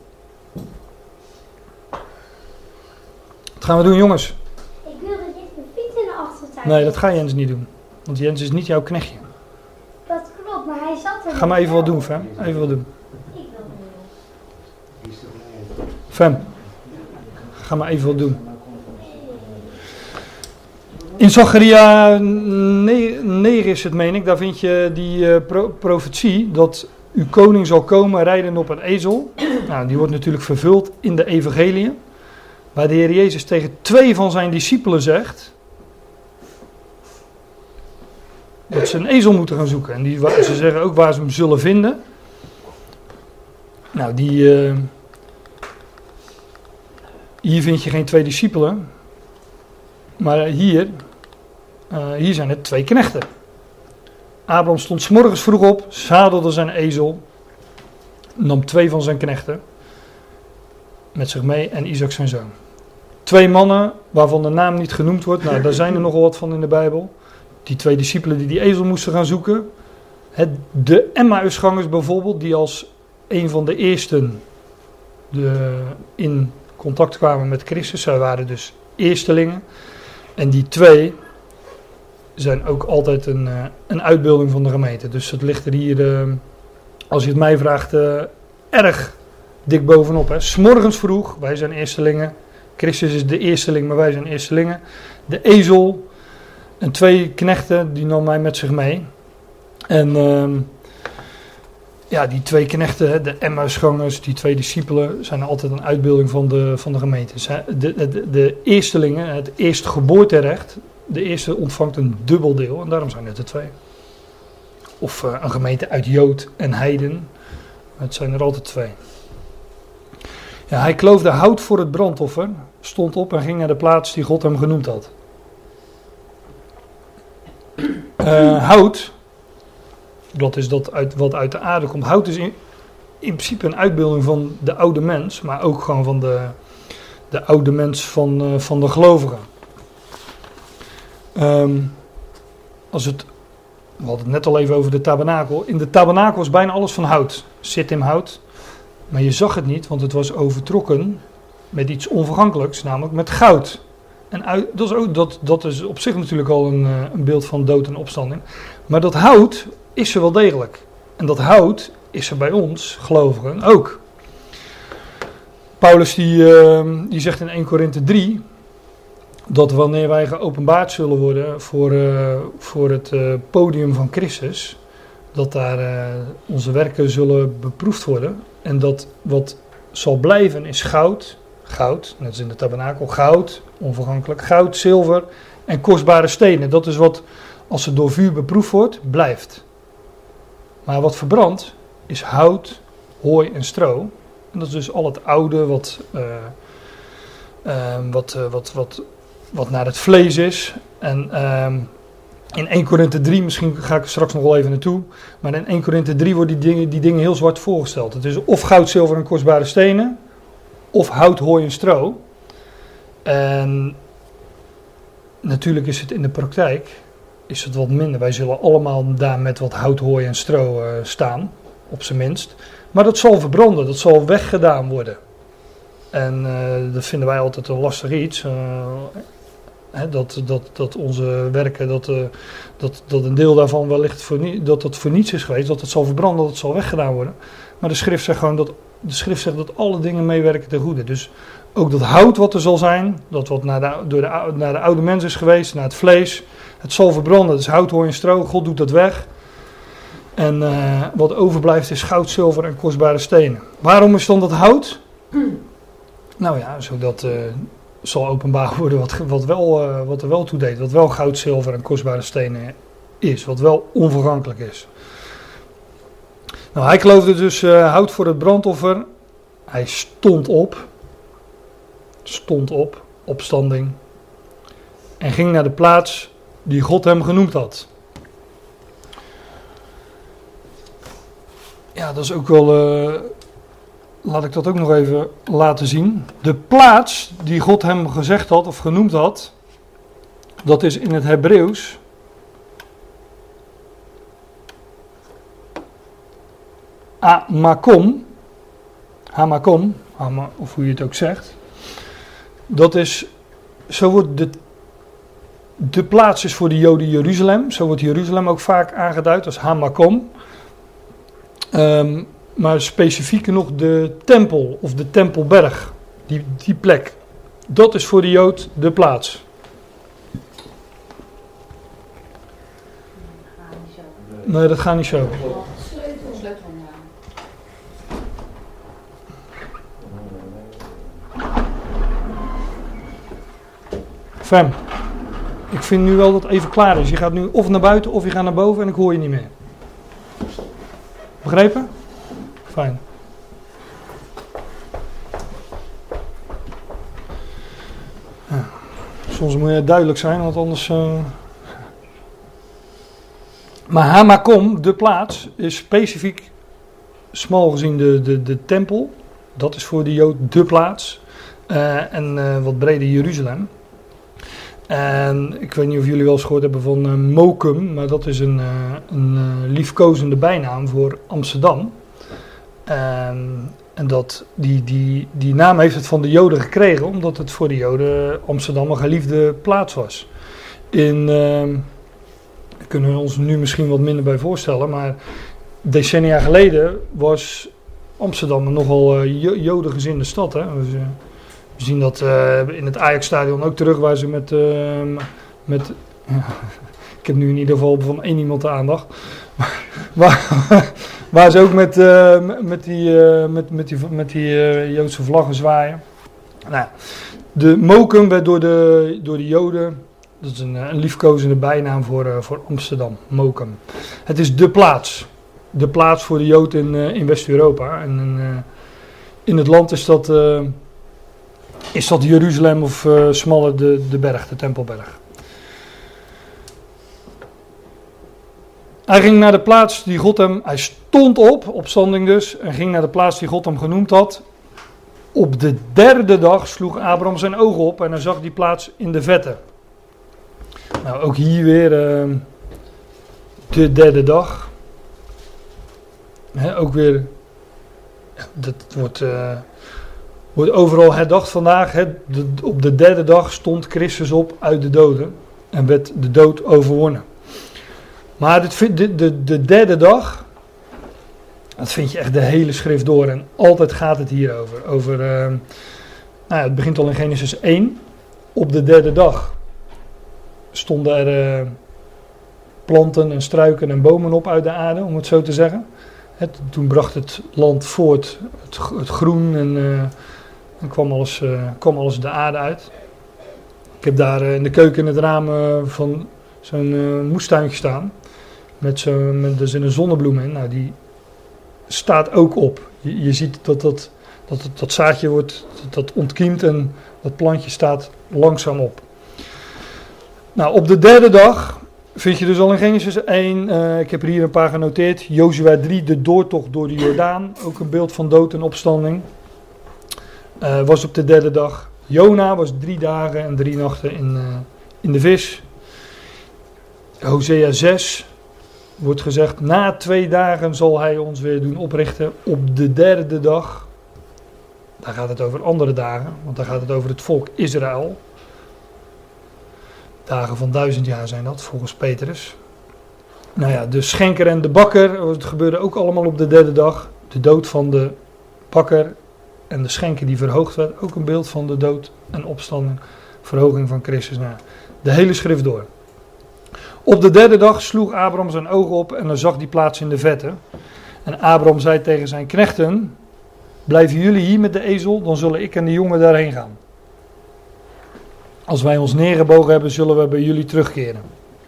Wat gaan we doen, jongens? Ik wil dat Jens mijn fiets in de achtertuin. Nee, dat ga Jens niet doen. Want Jens is niet jouw knechtje. Dat klopt, maar hij zat er. Ga maar even wat doen, Fem. Even wat doen. Ik wil het niet. Fem. Ga maar even wat doen. In Zacharia negen is het, meen ik, daar vind je die uh, pro- profetie dat uw koning zal komen rijden op een ezel. Nou, die wordt natuurlijk vervuld in de evangeliën. Waar de Heer Jezus tegen twee van zijn discipelen zegt dat ze een ezel moeten gaan zoeken. En die, ze zeggen ook waar ze hem zullen vinden. Nou, die, uh, hier vind je geen twee discipelen. Maar hier, uh, hier zijn het twee knechten. Abraham stond 's morgens vroeg op, zadelde zijn ezel, nam twee van zijn knechten met zich mee en Isaac zijn zoon. Twee mannen waarvan de naam niet genoemd wordt. Nou, daar zijn er nogal wat van in de Bijbel. Die twee discipelen die die ezel moesten gaan zoeken. Het, de Emmausgangers bijvoorbeeld, die als een van de eersten de, in contact kwamen met Christus. Zij waren dus eerstelingen. En die twee zijn ook altijd een, uh, een uitbeelding van de gemeente. Dus het ligt er hier, uh, als je het mij vraagt, uh, erg dik bovenop. Hè. 's Morgens vroeg, wij zijn eerstelingen. Christus is de eersteling, maar wij zijn eerstelingen. De ezel en twee knechten, die nam hij met zich mee. En uh, ja, die twee knechten, de Emmausgangers, die twee discipelen, zijn altijd een uitbeelding van de, van de gemeente. De, de, de eerstelingen, het eerstgeboorterecht, de eerste ontvangt een dubbel deel en daarom zijn het er twee. Of uh, een gemeente uit Jood en Heiden, het zijn er altijd twee. Ja, hij kloofde hout voor het brandoffer, stond op en ging naar de plaats die God hem genoemd had. Uh, hout, dat is dat uit, wat uit de aarde komt. Hout is in, in principe een uitbeelding van de oude mens, maar ook gewoon van de, de oude mens van, uh, van de gelovigen. Um, als het, we hadden het net al even over de tabernakel. In de tabernakel is bijna alles van hout. Zit in hout. Maar je zag het niet, want het was overtrokken met iets onvergankelijks, namelijk met goud. En uit, dat, is ook, dat, dat is op zich natuurlijk al een, een beeld van dood en opstanding. Maar dat hout is er wel degelijk. En dat hout is er bij ons, gelovigen, ook. Paulus die, uh, die zegt in eerste Korinthe drie... dat wanneer wij geopenbaard zullen worden voor, uh, voor het uh, podium van Christus, dat daar uh, onze werken zullen beproefd worden. En dat wat zal blijven is goud, goud, net als in de tabernakel, goud, onvergankelijk, goud, zilver en kostbare stenen. Dat is wat, als het door vuur beproefd wordt, blijft. Maar wat verbrandt is hout, hooi en stro. En dat is dus al het oude wat, uh, uh, wat, uh, wat, wat, wat naar het vlees is. En uh, in eerste Korinthe drie, misschien ga ik er straks nog wel even naartoe, maar in eerste Korinthe drie worden die dingen, die dingen heel zwart voorgesteld. Het is of goud, zilver en kostbare stenen, of hout, hooi en stro. En natuurlijk is het in de praktijk is het wat minder. Wij zullen allemaal daar met wat hout, hooi en stro uh, staan, op zijn minst. Maar dat zal verbranden, dat zal weggedaan worden. En uh, dat vinden wij altijd een lastig iets. Uh, hè, dat, dat, dat onze werken, dat, uh, dat, dat een deel daarvan wellicht voor, dat dat voor niets is geweest. Dat het zal verbranden, dat het zal weggedaan worden. Maar de schrift zegt gewoon dat, de schrift zegt dat alle dingen meewerken ten goede. Dus ook dat hout wat er zal zijn, dat wat naar de, door de, naar de oude mens is geweest, naar het vlees, het zal verbranden. Dus hout, hooi en stro, God doet dat weg. En uh, wat overblijft is goud, zilver en kostbare stenen. Waarom is dan dat hout? Nou ja, zodat uh, zal openbaar worden wat, wat, wel, uh, wat er wel toe deed. Wat wel goud, zilver en kostbare stenen is. Wat wel onvergankelijk is. Nou, hij geloofde dus uh, hout voor het brandoffer. Hij stond op. Stond op. Opstanding. En ging naar de plaats die God hem genoemd had. Ja, dat is ook wel... Uh, laat ik dat ook nog even laten zien. De plaats die God hem gezegd had of genoemd had, dat is in het Hebreeuws Hamakom. Hamakom, Hama, of hoe je het ook zegt. Dat is, zo wordt de, de plaats is voor de Joden Jeruzalem. Zo wordt Jeruzalem ook vaak aangeduid als Hamakom. Um, maar specifiek nog de tempel of de tempelberg, die, die plek. Dat is voor de Jood de plaats. Nee, dat gaat niet zo. Fem, ik vind nu wel dat het even klaar is. Je gaat nu of naar buiten of je gaat naar boven en ik hoor je niet meer. Begrepen? Fijn. Ja. Soms moet je duidelijk zijn, want anders... Uh... Maar Hamakom, de plaats, is specifiek smal gezien de, de, de tempel. Dat is voor de Jood de plaats. Uh, en uh, wat breder Jeruzalem. En ik weet niet of jullie wel eens gehoord hebben van uh, Mokum, maar dat is een, uh, een uh, liefkozende bijnaam voor Amsterdam. En, en dat, die, die, die naam heeft het van de Joden gekregen, omdat het voor de Joden Amsterdam een geliefde plaats was. In, uh, kunnen we ons nu misschien wat minder bij voorstellen, maar decennia geleden was Amsterdam een nogal uh, Jodengezinde stad. Hè? Dus, uh, we zien dat uh, in het Ajax-stadion ook terug, waar ze met... Uh, met uh, ik heb nu in ieder geval van één iemand de aandacht. waar, waar ze ook met, uh, met die, uh, met, met die, met die uh, Joodse vlaggen zwaaien. Nou, de Mokum werd door de, door de Joden... Dat is een, een liefkozende bijnaam voor, uh, voor Amsterdam, Mokum. Het is de plaats. De plaats voor de Jood in, uh, in West-Europa. En uh, in het land is dat... Uh, Is dat Jeruzalem of uh, smaller de, de berg, de Tempelberg. Hij ging naar de plaats die God hem... Hij stond op, opstanding dus, en ging naar de plaats die God hem genoemd had. Op de derde dag sloeg Abraham zijn ogen op en hij zag die plaats in de vette. Nou, ook hier weer uh, de derde dag. He, ook weer... Dat wordt... Uh, Wordt overal herdacht vandaag. Hè, de, op de derde dag stond Christus op uit de doden. En werd de dood overwonnen. Maar dit, de, de, de derde dag. Dat vind je echt de hele schrift door. En altijd gaat het hierover. Over, uh, nou ja, het begint al in Genesis één. Op de derde dag stonden er uh, planten en struiken en bomen op uit de aarde. Om het zo te zeggen. Het, toen bracht het land voort. Het, het groen en... Uh, En kwam alles, uh, kwam alles de aarde uit. Ik heb daar uh, in de keuken in het raam uh, van zo'n uh, moestuintje staan. Met zo'n, met dus een zonnebloem in. Nou, die staat ook op. Je, je ziet dat dat, dat, dat dat zaadje wordt, dat, dat ontkiemt en dat plantje staat langzaam op. Nou, op de derde dag vind je dus al in Genesis één. Uh, ik heb er hier een paar genoteerd. Jozua drie, de doortocht door de Jordaan. Ook een beeld van dood en opstanding. Uh, was op de derde dag. Jona was drie dagen en drie nachten in, uh, in de vis. Hosea zes wordt gezegd, na twee dagen zal hij ons weer doen oprichten op de derde dag. Daar gaat het over andere dagen, want daar gaat het over het volk Israël. Dagen van duizend jaar zijn dat, volgens Petrus. Nou ja, de schenker en de bakker, het gebeurde ook allemaal op de derde dag. De dood van de bakker en de schenker die verhoogd werd, ook een beeld van de dood en opstanding, verhoging van Christus. Nou, de hele schrift door. Op de derde dag sloeg Abraham zijn ogen op en hij zag die plaats in de vette. En Abraham zei tegen zijn knechten, blijven jullie hier met de ezel, dan zullen ik en de jongen daarheen gaan. Als wij ons neergebogen hebben, zullen we bij jullie terugkeren.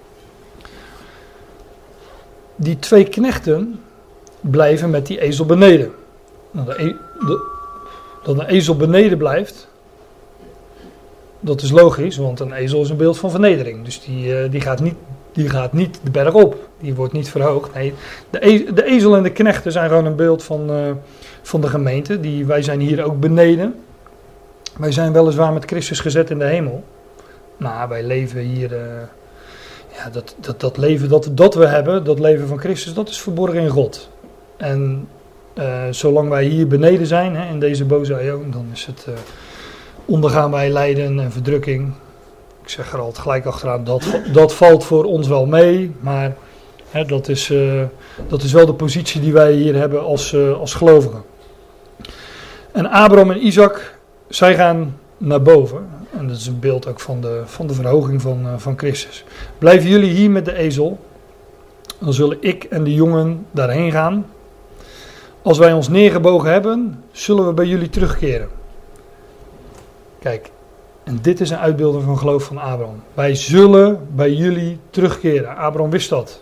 Die twee knechten blijven met die ezel beneden. Nou, de e- de, dat een ezel beneden blijft, dat is logisch, want een ezel is een beeld van vernedering. Dus die, uh, die, gaat, niet, die gaat niet de berg op, die wordt niet verhoogd. Nee, de, e- de ezel en de knechten zijn gewoon een beeld van, uh, van de gemeente. Die, wij zijn hier ook beneden. Wij zijn weliswaar met Christus gezet in de hemel. Maar wij leven hier, uh, ja, dat, dat, dat leven dat, dat we hebben, dat leven van Christus, dat is verborgen in God. En uh, zolang wij hier beneden zijn, hè, in deze boze aion, dan is het, uh, ondergaan wij lijden en verdrukking. Ik zeg er altijd gelijk achteraan, dat, dat valt voor ons wel mee, maar hè, dat, is, uh, dat is wel de positie die wij hier hebben als, uh, als gelovigen. En Abraham en Isaac, zij gaan naar boven. En dat is een beeld ook van de, van de verhoging van, uh, van Christus. Blijven jullie hier met de ezel, dan zullen ik en de jongen daarheen gaan. Als wij ons neergebogen hebben, zullen we bij jullie terugkeren. Kijk, en dit is een uitbeelding van geloof van Abraham. Wij zullen bij jullie terugkeren. Abraham wist dat.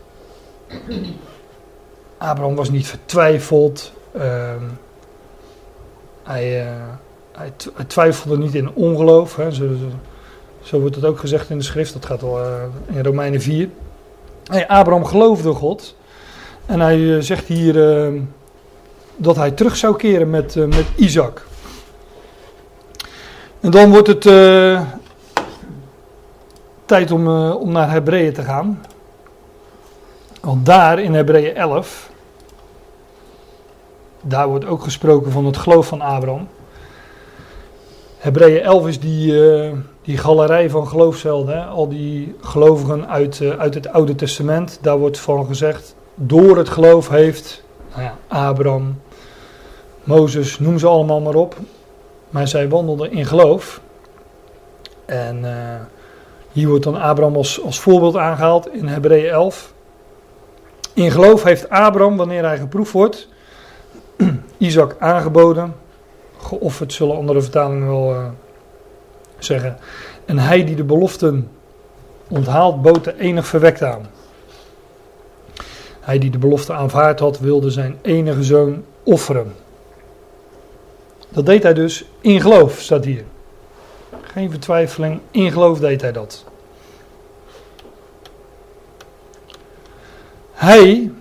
Abraham was niet vertwijfeld. Uh, hij, uh, hij, t- hij twijfelde niet in ongeloof. Hè. Zo, zo, zo wordt het ook gezegd in de schrift. Dat gaat al uh, in Romeinen vier. Hey, Abraham geloofde God. En hij uh, zegt hier uh, dat hij terug zou keren met, uh, met Isaac. En dan wordt het uh, tijd om, uh, om naar Hebreeën te gaan. Want daar in Hebreeën elf, daar wordt ook gesproken van het geloof van Abraham. Hebreeën elf is die, uh, die galerij van geloofshelden. Hè? Al die gelovigen uit, uh, uit het Oude Testament. Daar wordt van gezegd, door het geloof heeft nou ja, Abraham, Mozes, noem ze allemaal maar op. Maar zij wandelden in geloof. En uh, hier wordt dan Abraham als, als voorbeeld aangehaald in Hebreeën elf. In geloof heeft Abraham, wanneer hij geproefd wordt, Isaac aangeboden. Geofferd, zullen andere vertalingen wel uh, zeggen. En hij die de beloften onthaalt, bood de enig verwekt aan. Hij die de belofte aanvaard had, wilde zijn enige zoon offeren. Dat deed hij dus in geloof, staat hier. Geen vertwijfeling, in geloof deed hij dat. Hij,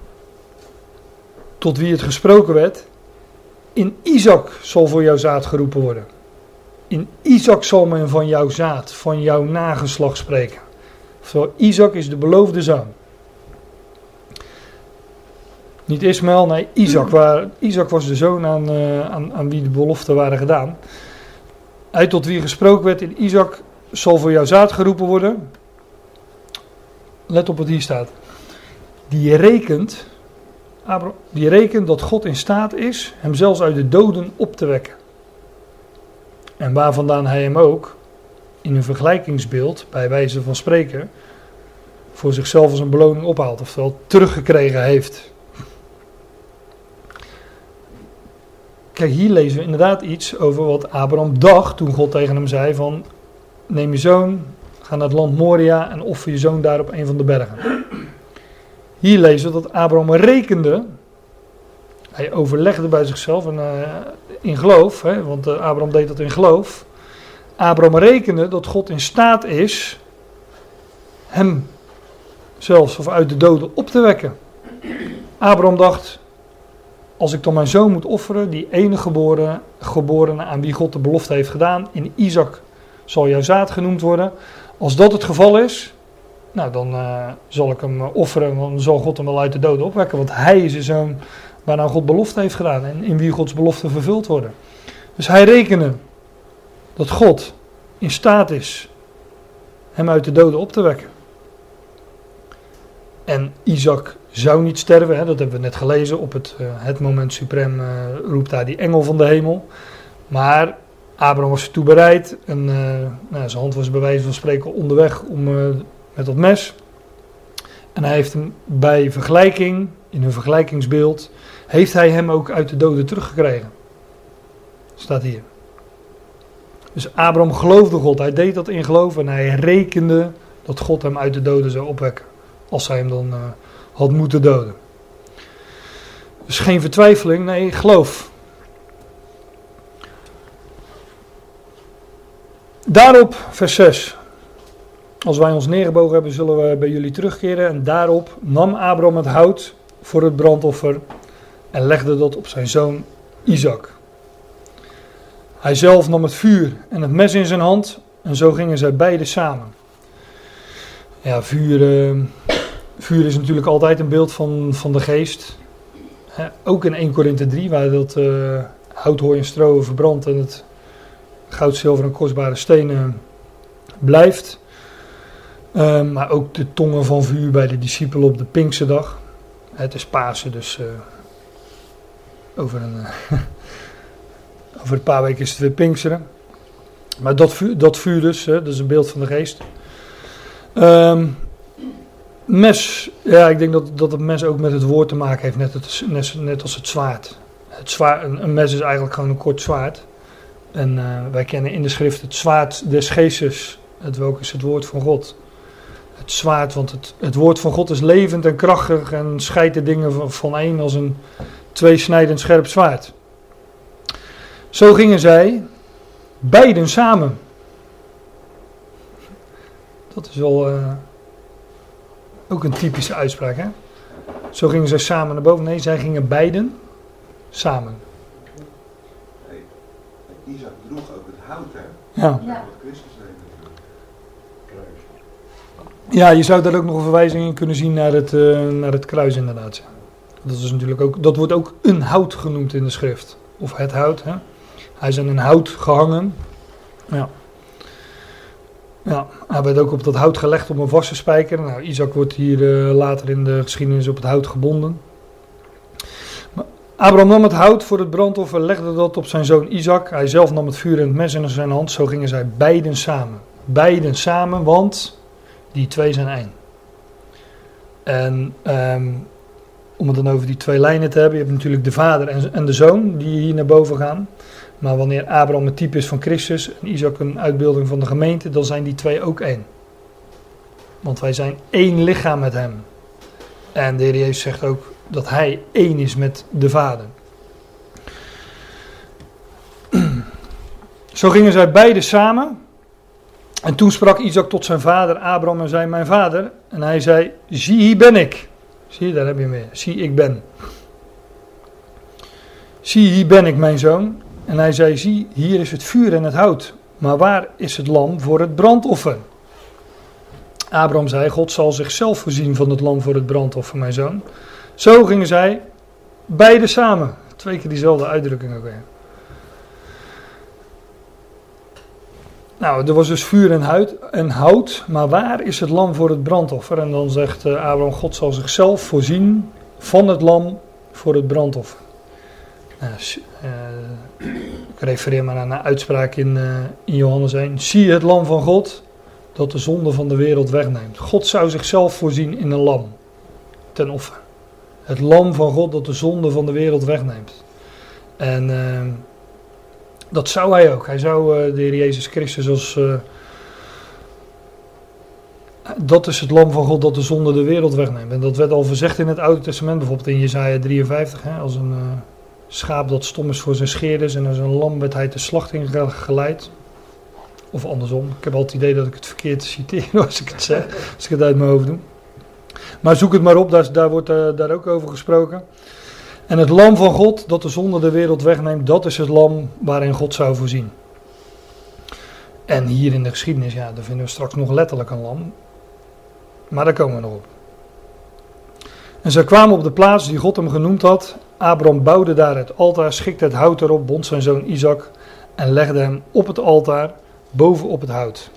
tot wie het gesproken werd, in Isaac zal voor jouw zaad geroepen worden. In Isaac zal men van jouw zaad, van jouw nageslacht spreken. Oftewel, Isaac is de beloofde zoon. Niet Ismaël, nee, Isaac. Waar, Isaac was de zoon aan, uh, aan, aan wie de beloften waren gedaan. Hij tot wie gesproken werd in Isaac zal voor jouw zaad geroepen worden. Let op wat hier staat. Die rekent, Abraham, die rekent dat God in staat is hem zelfs uit de doden op te wekken. En waar vandaan hij hem ook, in een vergelijkingsbeeld, bij wijze van spreken, voor zichzelf als een beloning ophaalt. Oftewel teruggekregen heeft. Kijk, hier lezen we inderdaad iets over wat Abraham dacht toen God tegen hem zei van, neem je zoon, ga naar het land Moria en offer je zoon daar op een van de bergen. Hier lezen we dat Abraham rekende, hij overlegde bij zichzelf en, uh, in geloof, hè, want uh, Abraham deed dat in geloof. Abraham rekende dat God in staat is hem zelfs of uit de doden op te wekken. Abraham dacht, als ik dan mijn zoon moet offeren, die enige geboren, geborene aan wie God de belofte heeft gedaan, in Isaac zal jouw zaad genoemd worden. Als dat het geval is, nou dan uh, zal ik hem offeren, dan zal God hem wel uit de doden opwekken. Want hij is de zoon waaraan God belofte heeft gedaan en in wie Gods belofte vervuld worden. Dus hij rekende dat God in staat is hem uit de doden op te wekken. En Isaac zou niet sterven, hè, dat hebben we net gelezen. Op het, uh, het moment suprem uh, roept daar die engel van de hemel. Maar Abraham was ertoe bereid. En uh, nou, zijn hand was bij wijze van spreken onderweg om, uh, met dat mes. En hij heeft hem bij vergelijking, in een vergelijkingsbeeld, heeft hij hem ook uit de doden teruggekregen. Staat hier. Dus Abraham geloofde God. Hij deed dat in geloof en hij rekende dat God hem uit de doden zou opwekken. Als hij hem dan uh, had moeten doden. Dus geen vertwijfeling, nee, geloof. Daarop, vers zes. Als wij ons neergebogen hebben, zullen we bij jullie terugkeren. En daarop nam Abraham het hout voor het brandoffer en legde dat op zijn zoon Isaac. Hij zelf nam het vuur en het mes in zijn hand en zo gingen zij beiden samen. Ja, vuur, uh, vuur is natuurlijk altijd een beeld van, van de geest. He, ook in eerste Korinthe drie, waar dat uh, hout, hooi en stro verbrandt en het goud, zilver en kostbare stenen blijft. Uh, maar ook de tongen van vuur bij de discipelen op de Pinksterdag. Het is Pasen, dus uh, over, een, uh, over een paar weken is het weer Pinksteren. Maar dat vuur, dat vuur dus, hè, dat is een beeld van de geest. Um, mes, ja, ik denk dat, dat het mes ook met het woord te maken heeft, net, het, net, net als het zwaard. Het zwaard een, een mes is eigenlijk gewoon een kort zwaard. En uh, wij kennen in de schrift het zwaard des geestes, het welk is het woord van God. Het zwaard, want het, het woord van God is levend en krachtig en scheidt de dingen van, van één als een tweesnijdend scherp zwaard. Zo gingen zij beiden samen. Dat is wel uh, ook een typische uitspraak, hè? Zo gingen zij samen naar boven. Nee, zij gingen beiden samen. Hey, Isaac droeg ook het hout, hè? Ja. Ja. Wat Christus deed natuurlijk. Kruis. Ja, je zou daar ook nog een verwijzing in kunnen zien naar het, uh, naar het kruis inderdaad. Dat is natuurlijk ook, dat wordt ook een hout genoemd in de schrift. Of het hout, hè. Hij is aan een hout gehangen. Ja. Ja, hij werd ook op dat hout gelegd op een vaste spijker. Nou, Isaac wordt hier uh, later in de geschiedenis op het hout gebonden. Maar Abraham nam het hout voor het brandoffer, legde dat op zijn zoon Isaac. Hij zelf nam het vuur en het mes in zijn hand. Zo gingen zij beiden samen. Beiden samen, want die twee zijn één. En um, om het dan over die twee lijnen te hebben, je hebt natuurlijk de vader en, en de zoon die hier naar boven gaan. Maar wanneer Abraham het type is van Christus en Isaac een uitbeelding van de gemeente, dan zijn die twee ook één. Want wij zijn één lichaam met hem. En de Heer Jezus zegt ook dat hij één is met de Vader. Zo gingen zij beiden samen. En toen sprak Isaac tot zijn vader Abraham en zei: mijn vader. En hij zei: zie, hier ben ik. Zie je, daar heb je hem weer. Zie, ik ben. Zie, hier ben ik, mijn zoon. En hij zei: zie, hier is het vuur en het hout. Maar waar is het lam voor het brandoffer? Abraham zei: God zal zichzelf voorzien van het lam voor het brandoffer, mijn zoon. Zo gingen zij beide samen. Twee keer diezelfde uitdrukking ook weer. Nou, er was dus vuur en, huid, en hout, maar waar is het lam voor het brandoffer? En dan zegt uh, Abraham: God zal zichzelf voorzien van het lam voor het brandoffer. Uh, uh, ik refereer maar aan een uitspraak in, uh, in Johannes één. Zie het lam van God dat de zonde van de wereld wegneemt. God zou zichzelf voorzien in een lam ten offer. Het lam van God dat de zonde van de wereld wegneemt. En uh, dat zou hij ook. Hij zou uh, de Heer Jezus Christus als... Uh, dat is het lam van God dat de zonde de wereld wegneemt. En dat werd al verzegd in het Oude Testament. Bijvoorbeeld in Jesaja drieënvijftig. Hè, als een uh, schaap dat stom is voor zijn scheerders. En als een lam werd hij te slachting geleid. Of andersom. Ik heb al het idee dat ik het verkeerd citeer als ik het zeg. Als ik het uit mijn hoofd doe. Maar zoek het maar op. Daar, daar wordt uh, daar ook over gesproken. En het lam van God dat de zonde de wereld wegneemt. Dat is het lam waarin God zou voorzien. En hier in de geschiedenis. Ja, daar vinden we straks nog letterlijk een lam. Maar daar komen we nog op. En zij kwamen op de plaats die God hem genoemd had. Abraham bouwde daar het altaar, schikte het hout erop, bond zijn zoon Isaac en legde hem op het altaar bovenop het hout.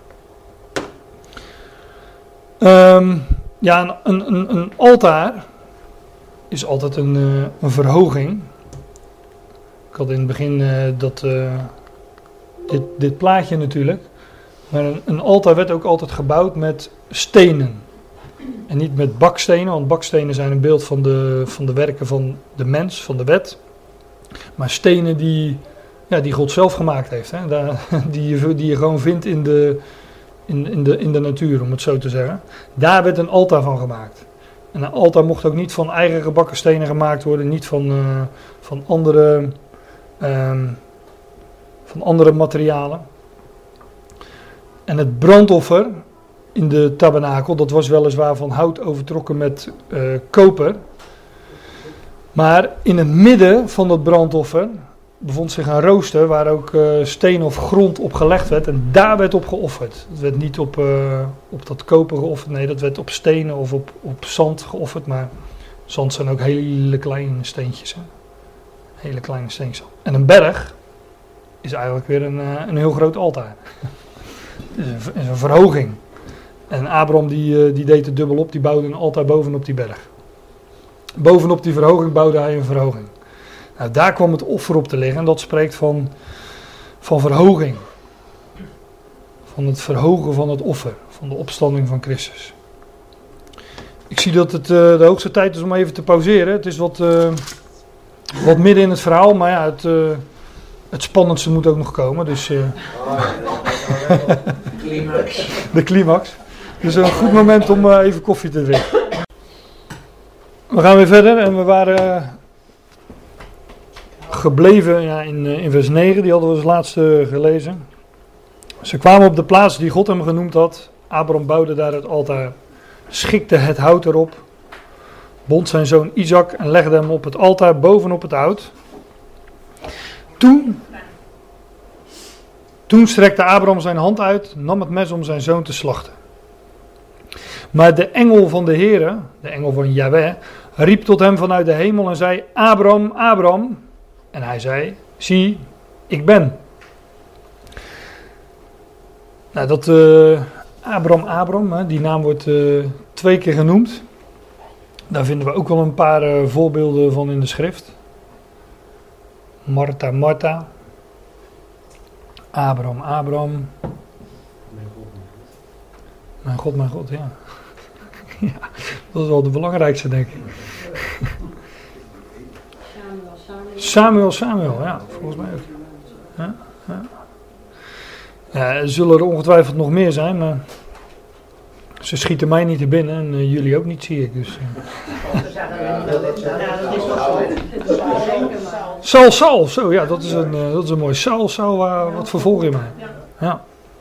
Um, ja, een, een, een altaar is altijd een, uh, een verhoging. Ik had in het begin uh, dat, uh, dit, dit plaatje natuurlijk. Maar een, een altaar werd ook altijd gebouwd met stenen. En niet met bakstenen, want bakstenen zijn een beeld van de, van de werken van de mens, van de wet. Maar stenen die, ja, die God zelf gemaakt heeft. Hè? Daar, die, je, die je gewoon vindt in de, in, in, de, in de natuur, om het zo te zeggen. Daar werd een altaar van gemaakt. En een altaar mocht ook niet van eigen gebakken stenen gemaakt worden. Niet van, uh, van, andere, um, van andere materialen. En het brandoffer in de tabernakel, dat was weliswaar van hout overtrokken met uh, koper. Maar in het midden van dat brandoffer bevond zich een rooster waar ook uh, steen of grond op gelegd werd. En daar werd op geofferd. Het werd niet op, uh, op dat koper geofferd, nee, dat werd op stenen of op, op zand geofferd. Maar zand zijn ook hele kleine steentjes. Hè? Hele kleine steentjes. En een berg is eigenlijk weer een, uh, een heel groot altaar. Het is een, is een verhoging. En Abraham die, die deed het dubbel op, die bouwde een altaar bovenop die berg. Bovenop die verhoging bouwde hij een verhoging. Nou, daar kwam het offer op te liggen en dat spreekt van, van verhoging. van het verhogen van het offer, van de opstanding van Christus. Ik zie dat het uh, de hoogste tijd is om even te pauzeren. Het is wat, uh, wat midden in het verhaal, maar ja, het, uh, het spannendste moet ook nog komen. Dus, uh, Climax. de climax. Dus een goed moment om uh, even koffie te drinken. We gaan weer verder en we waren uh, gebleven ja, in, uh, in vers negen, die hadden we als laatste gelezen. Ze kwamen op de plaats die God hem genoemd had. Abraham bouwde daar het altaar, schikte het hout erop, bond zijn zoon Isaac en legde hem op het altaar bovenop het hout. Toen, toen strekte Abraham zijn hand uit, nam het mes om zijn zoon te slachten. Maar de engel van de Heere, de engel van Yahweh, riep tot hem vanuit de hemel en zei: Abraham, Abraham. En hij zei: zie, ik ben. Nou, dat uh, Abraham, Abraham, hè, die naam wordt uh, twee keer genoemd. Daar vinden we ook wel een paar uh, voorbeelden van in de schrift. Martha, Martha. Abraham, Abraham. Mijn God, mijn God, ja. Ja, dat is wel de belangrijkste, denk ik. Samuel, Samuel. Samuel, Samuel, ja, volgens mij ook. Ja, ja. Ja, er zullen er ongetwijfeld nog meer zijn, maar ze schieten mij niet te binnen en uh, jullie ook niet, zie ik. Dus, uh. Saul, Saul, zo ja, dat is een, uh, dat is een mooi. Saul, Saul, uh, wat vervolg je mij? Ja.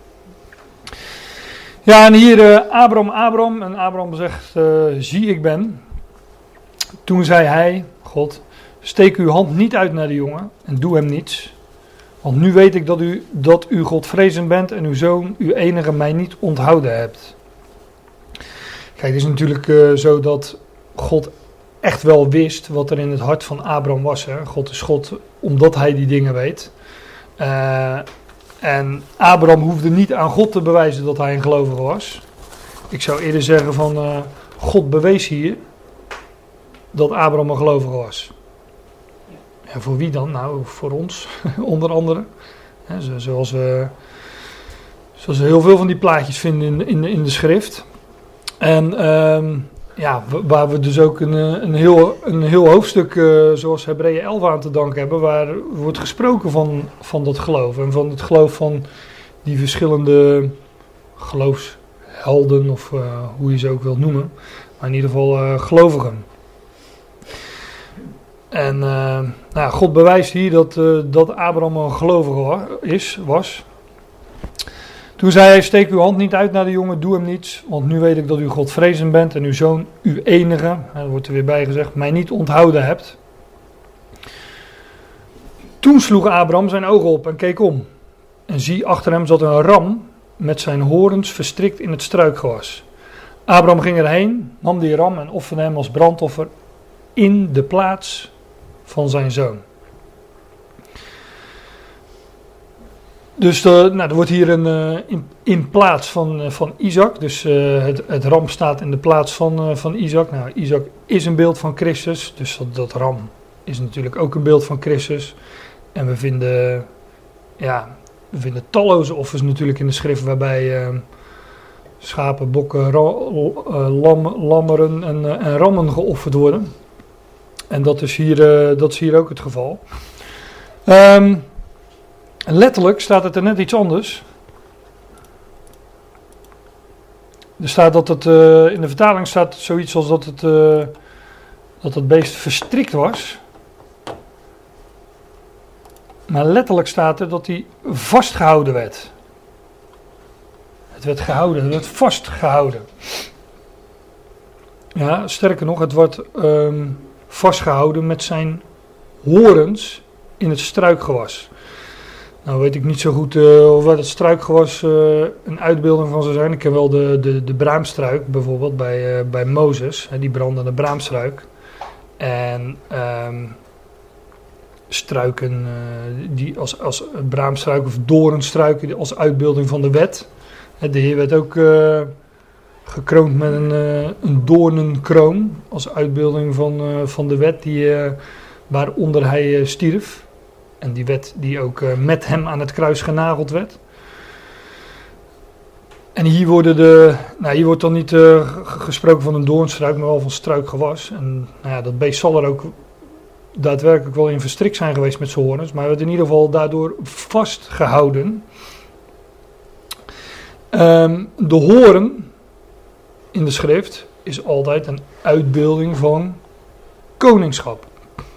Ja, en hier uh, Abraham, Abraham, en Abraham zegt, uh, zie ik ben. Toen zei hij, God, steek uw hand niet uit naar de jongen en doe hem niets. Want nu weet ik dat u, dat u Godvrezend bent en uw zoon, uw enige, mij niet onthouden hebt. Kijk, het is natuurlijk uh, zo dat God echt wel wist wat er in het hart van Abraham was. Hè? God is God omdat hij die dingen weet. Uh, en Abraham hoefde niet aan God te bewijzen dat hij een gelovige was. Ik zou eerder zeggen van uh, God bewees hier dat Abraham een gelovige was. En voor wie dan? Nou, voor ons, onder andere. He, zoals, we, zoals we heel veel van die plaatjes vinden in, in, in de schrift. En um, ja, waar we dus ook een, een, heel, een heel hoofdstuk, uh, zoals Hebreeën elf aan te danken hebben, waar wordt gesproken van, van dat geloof. En van het geloof van die verschillende geloofshelden, of uh, hoe je ze ook wilt noemen. Maar in ieder geval uh, gelovigen. En uh, nou, God bewijst hier dat, uh, dat Abraham een gelovige wa- is, was. Toen zei hij, steek uw hand niet uit naar de jongen, doe hem niets. Want nu weet ik dat u Godvrezend bent en uw zoon, uw enige, er wordt er weer bij gezegd, mij niet onthouden hebt. Toen sloeg Abraham zijn ogen op en keek om. En zie, achter hem zat een ram met zijn horens verstrikt in het struikgewas. Abraham ging erheen, nam die ram en offerde hem als brandoffer in de plaats van zijn zoon. Dus de, nou, er wordt hier een uh, in, in plaats van, uh, van Isaac. Dus uh, het, het ram staat in de plaats van, uh, van Isaac. Nou, Isaac is een beeld van Christus. Dus dat, dat ram is natuurlijk ook een beeld van Christus. En we vinden, ja, we vinden talloze offers natuurlijk in de schrift. Waarbij uh, schapen, bokken, ra, uh, lam, lammeren en, uh, en rammen geofferd worden. En dat is hier, uh, dat is hier ook het geval. Um, letterlijk staat het er net iets anders. Er staat dat het, uh, in de vertaling staat zoiets als dat het, uh, dat het beest verstrikt was. Maar letterlijk staat er dat hij vastgehouden werd. Het werd gehouden, het werd vastgehouden. Ja, sterker nog, het wordt um, vastgehouden met zijn horens in het struikgewas. Nou weet ik niet zo goed uh, waar het struikgewas uh, een uitbeelding van zou zijn. Ik ken wel de, de, de braamstruik bijvoorbeeld bij, uh, bij Mozes, hè, die brandende braamstruik. En um, struiken uh, die als, als braamstruik of doornstruiken als uitbeelding van de wet. De Heer werd ook uh, gekroond met een, uh, een doornenkroon als uitbeelding van, uh, van de wet die, uh, waaronder hij uh, stierf. En die wet die ook uh, met hem aan het kruis genageld werd. En hier, worden de, nou, hier wordt dan niet uh, gesproken van een doornstruik, maar wel van struikgewas. En nou ja, dat beest zal er ook daadwerkelijk wel in verstrikt zijn geweest met zijn horens, maar hij werd in ieder geval daardoor vastgehouden. Um, de hoorn in de schrift is altijd een uitbeelding van koningschap.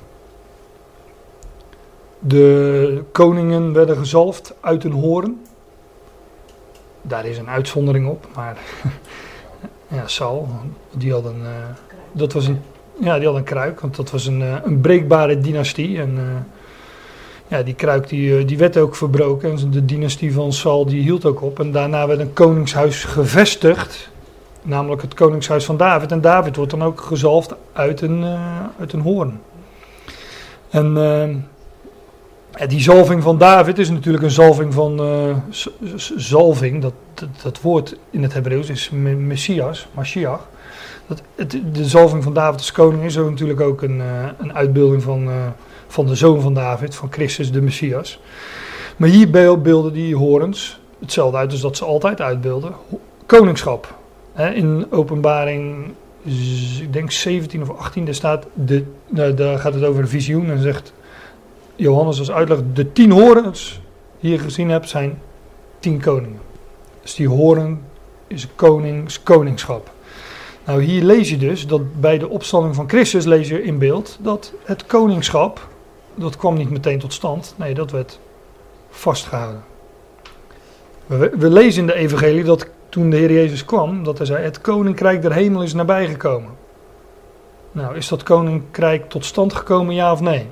De koningen werden gezalfd uit een hoorn. Daar is een uitzondering op, maar ja, Saul, die had een, uh, dat was een, ja, die had een kruik, want dat was een, uh, een breekbare dynastie. En uh, ja, die kruik die, die werd ook verbroken en de dynastie van Saul die hield ook op. En daarna werd een koningshuis gevestigd, namelijk het koningshuis van David. En David wordt dan ook gezalfd uit een, uh, uit een hoorn. En uh, ja, die zalving van David is natuurlijk een zalving van uh, zalving. Dat, dat, dat woord in het Hebreeuws is Messias, Mashiach. Dat, het, de zalving van David als koning is ook natuurlijk ook een, uh, een uitbeelding van, uh, van de zoon van David, van Christus de Messias. Maar hier beelden die horens hetzelfde uit als dat ze altijd uitbeelden. Koningschap. He, in Openbaring, ik denk zeventien of achttien, daar, staat de, uh, daar gaat het over een visioen en zegt Johannes als uitleg, de tien horens die je gezien hebt zijn tien koningen. Dus die horen is konings, koningschap. Nou, hier lees je dus dat bij de opstanding van Christus lees je in beeld dat het koningschap, dat kwam niet meteen tot stand. Nee, dat werd vastgehouden. We, we lezen in de evangelie dat toen de Heer Jezus kwam, dat hij zei, het koninkrijk der hemel is nabijgekomen. Nou, is dat koninkrijk tot stand gekomen, ja of nee?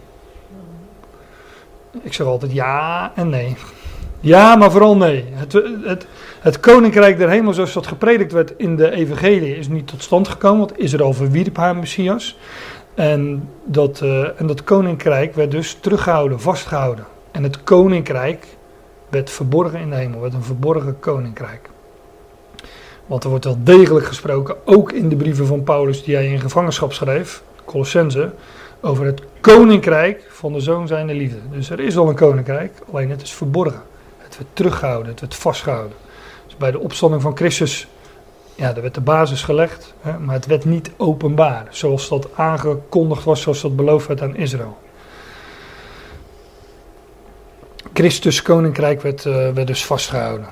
Ik zeg altijd ja en nee. Ja, maar vooral nee. Het, het, het koninkrijk der hemel, zoals dat gepredikt werd in de evangelie, is niet tot stand gekomen, want Israël verwierp haar Messias. En dat, uh, en dat koninkrijk werd dus teruggehouden, vastgehouden. En het koninkrijk werd verborgen in de hemel, werd een verborgen koninkrijk. Want er wordt wel degelijk gesproken, ook in de brieven van Paulus die hij in gevangenschap schreef, Colossense, over het koninkrijk van de zoon zijnde liefde. Dus er is al een koninkrijk, alleen het is verborgen. Het werd teruggehouden, het werd vastgehouden. Dus bij de opstanding van Christus, ja, daar werd de basis gelegd, hè, maar het werd niet openbaar, zoals dat aangekondigd was, zoals dat beloofd werd aan Israël. Christus koninkrijk werd, uh, werd dus vastgehouden.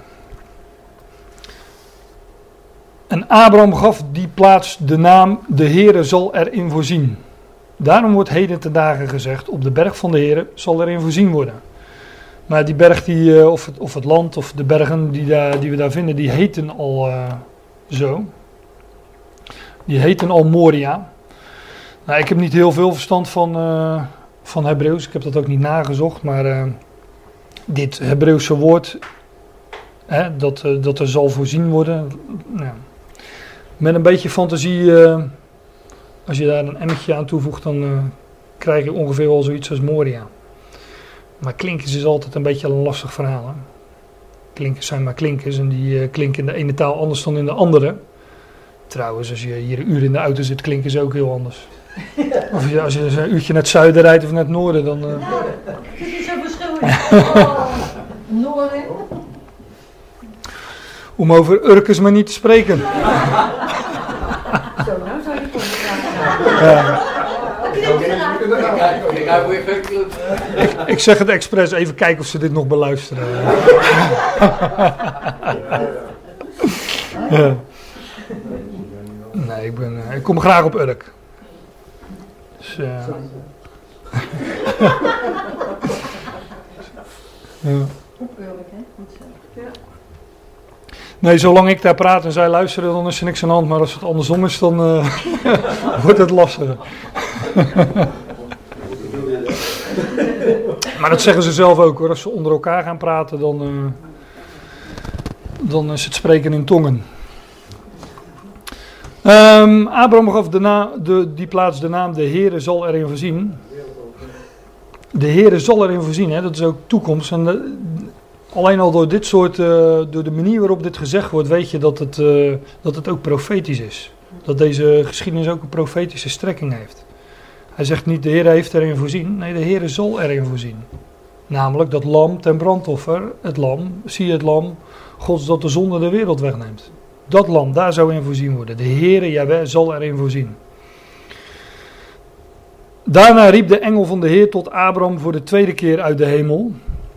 En Abraham gaf die plaats de naam, de Heere zal erin voorzien. Daarom wordt heden ten dagen gezegd, op de berg van de Heere zal erin voorzien worden. Maar die berg, die, of, het, of het land, of de bergen die, daar, die we daar vinden, die heten al uh, zo. Die heten al Moria. Nou, ik heb niet heel veel verstand van, uh, van Hebreeuws, ik heb dat ook niet nagezocht, maar uh, dit Hebreeuwse woord, hè, dat, uh, dat er zal voorzien worden, nou, met een beetje fantasie, uh, als je daar een emmertje aan toevoegt, dan uh, krijg je ongeveer wel zoiets als Moria. Maar klinkers is altijd een beetje een lastig verhaal. Hè? Klinkers zijn maar klinkers en die uh, klinken in de ene taal anders dan in de andere. Trouwens, als je hier een uur in de auto zit, klinken ze ook heel anders. Of je, als je een uurtje naar het zuiden rijdt of naar het noorden, dan... Uh... Nou, het is zo verschillend. Oh, noorden. Om over Urkes maar niet te spreken. Zo, nou zou je komen. Ja. Ik, ik zeg het expres, even kijken of ze dit nog beluisteren. Ja. Nee, ik, ben, ik kom graag op Urk. Dus, uh... ja. Op Urk, hè? Goed zo. Ja. Nee, zolang ik daar praat en zij luisteren, dan is er niks aan de hand. Maar als het andersom is, dan uh, wordt het lastiger. Maar dat zeggen ze zelf ook hoor. Als ze onder elkaar gaan praten, dan, uh, dan is het spreken in tongen. Um, Abraham gaf de na, de, die plaats de naam, de Heere zal erin voorzien. De Heere zal erin voorzien, hè? Dat is ook toekomst. En de, alleen al door dit soort, uh, door de manier waarop dit gezegd wordt, weet je dat het, uh, dat het ook profetisch is. Dat deze geschiedenis ook een profetische strekking heeft. Hij zegt niet de Heer heeft erin voorzien, nee de Heer zal erin voorzien. Namelijk dat lam ten brandoffer, het lam, zie het lam, Gods dat de zonde de wereld wegneemt. Dat lam, daar zou in voorzien worden. De Heere Jahweh zal erin voorzien. Daarna riep de engel van de Heer tot Abram voor de tweede keer uit de hemel.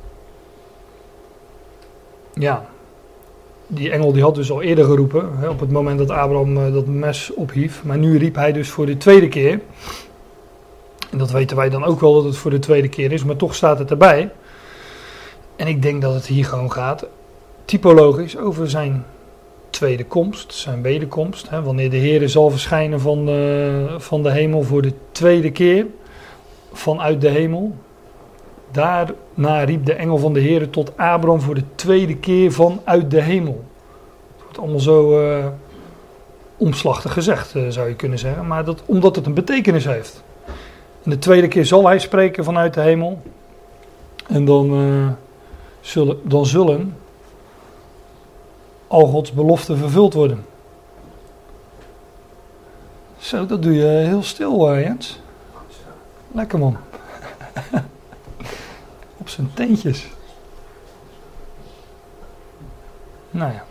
Ja, die engel die had dus al eerder geroepen, hè, op het moment dat Abram uh, dat mes ophief. Maar nu riep hij dus voor de tweede keer. En dat weten wij dan ook wel dat het voor de tweede keer is, maar toch staat het erbij. En ik denk dat het hier gewoon gaat, typologisch, over zijn tweede komst, zijn wederkomst. Hè, wanneer de Heer zal verschijnen van, uh, van de hemel voor de tweede keer, vanuit de hemel. Daarna riep de engel van de Heer tot Abram voor de tweede keer vanuit de hemel. Het wordt allemaal zo uh, omslachtig gezegd, uh, zou je kunnen zeggen, maar dat, omdat het een betekenis heeft. En de tweede keer zal hij spreken vanuit de hemel. En dan, uh, zullen, dan zullen al Gods beloften vervuld worden. Zo, dat doe je heel stil, uh, Jens. Lekker man. Op zijn teentjes. Nou ja.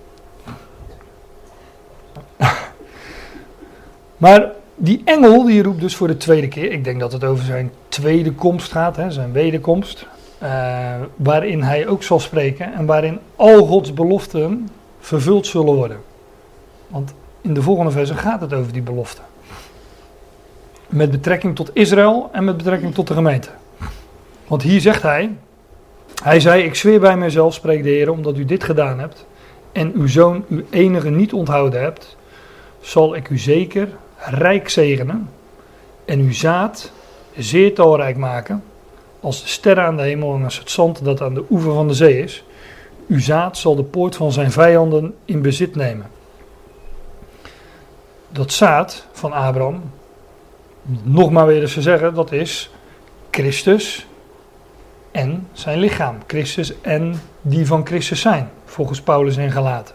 Maar die engel die roept dus voor de tweede keer. Ik denk dat het over zijn tweede komst gaat, hè, zijn wederkomst. Uh, waarin hij ook zal spreken en waarin al Gods beloften vervuld zullen worden. Want in de volgende verse gaat het over die beloften. Met betrekking tot Israël en met betrekking tot de gemeente. Want hier zegt hij, hij zei, ik zweer bij mijzelf, spreekt de Heer, omdat u dit gedaan hebt en uw zoon uw enige niet onthouden hebt, zal ik u zeker rijk zegenen en uw zaad zeer talrijk maken, als de sterren aan de hemel en als het zand dat aan de oever van de zee is. Uw zaad zal de poort van zijn vijanden in bezit nemen. Dat zaad van Abraham, nog maar weer eens te zeggen, dat is Christus en zijn lichaam. Christus en die van Christus zijn, volgens Paulus in Galaten.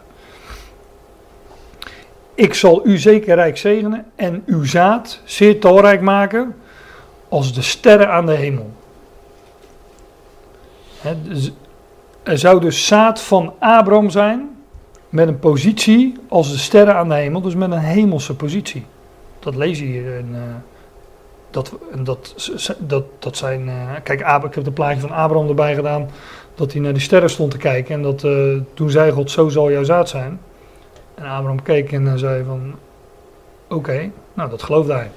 Ik zal u zeker rijk zegenen en uw zaad zeer talrijk maken als de sterren aan de hemel. Er zou dus zaad van Abraham zijn met een positie als de sterren aan de hemel, dus met een hemelse positie. Dat lees je hier. En, uh, dat, en dat, dat, dat zijn, uh, kijk, Ab- ik heb het plaatje van Abraham erbij gedaan, dat hij naar die sterren stond te kijken. En dat uh, toen zei God, zo zal jouw zaad zijn. En Abraham keek en zei van, oké, okay, nou dat geloofde hij.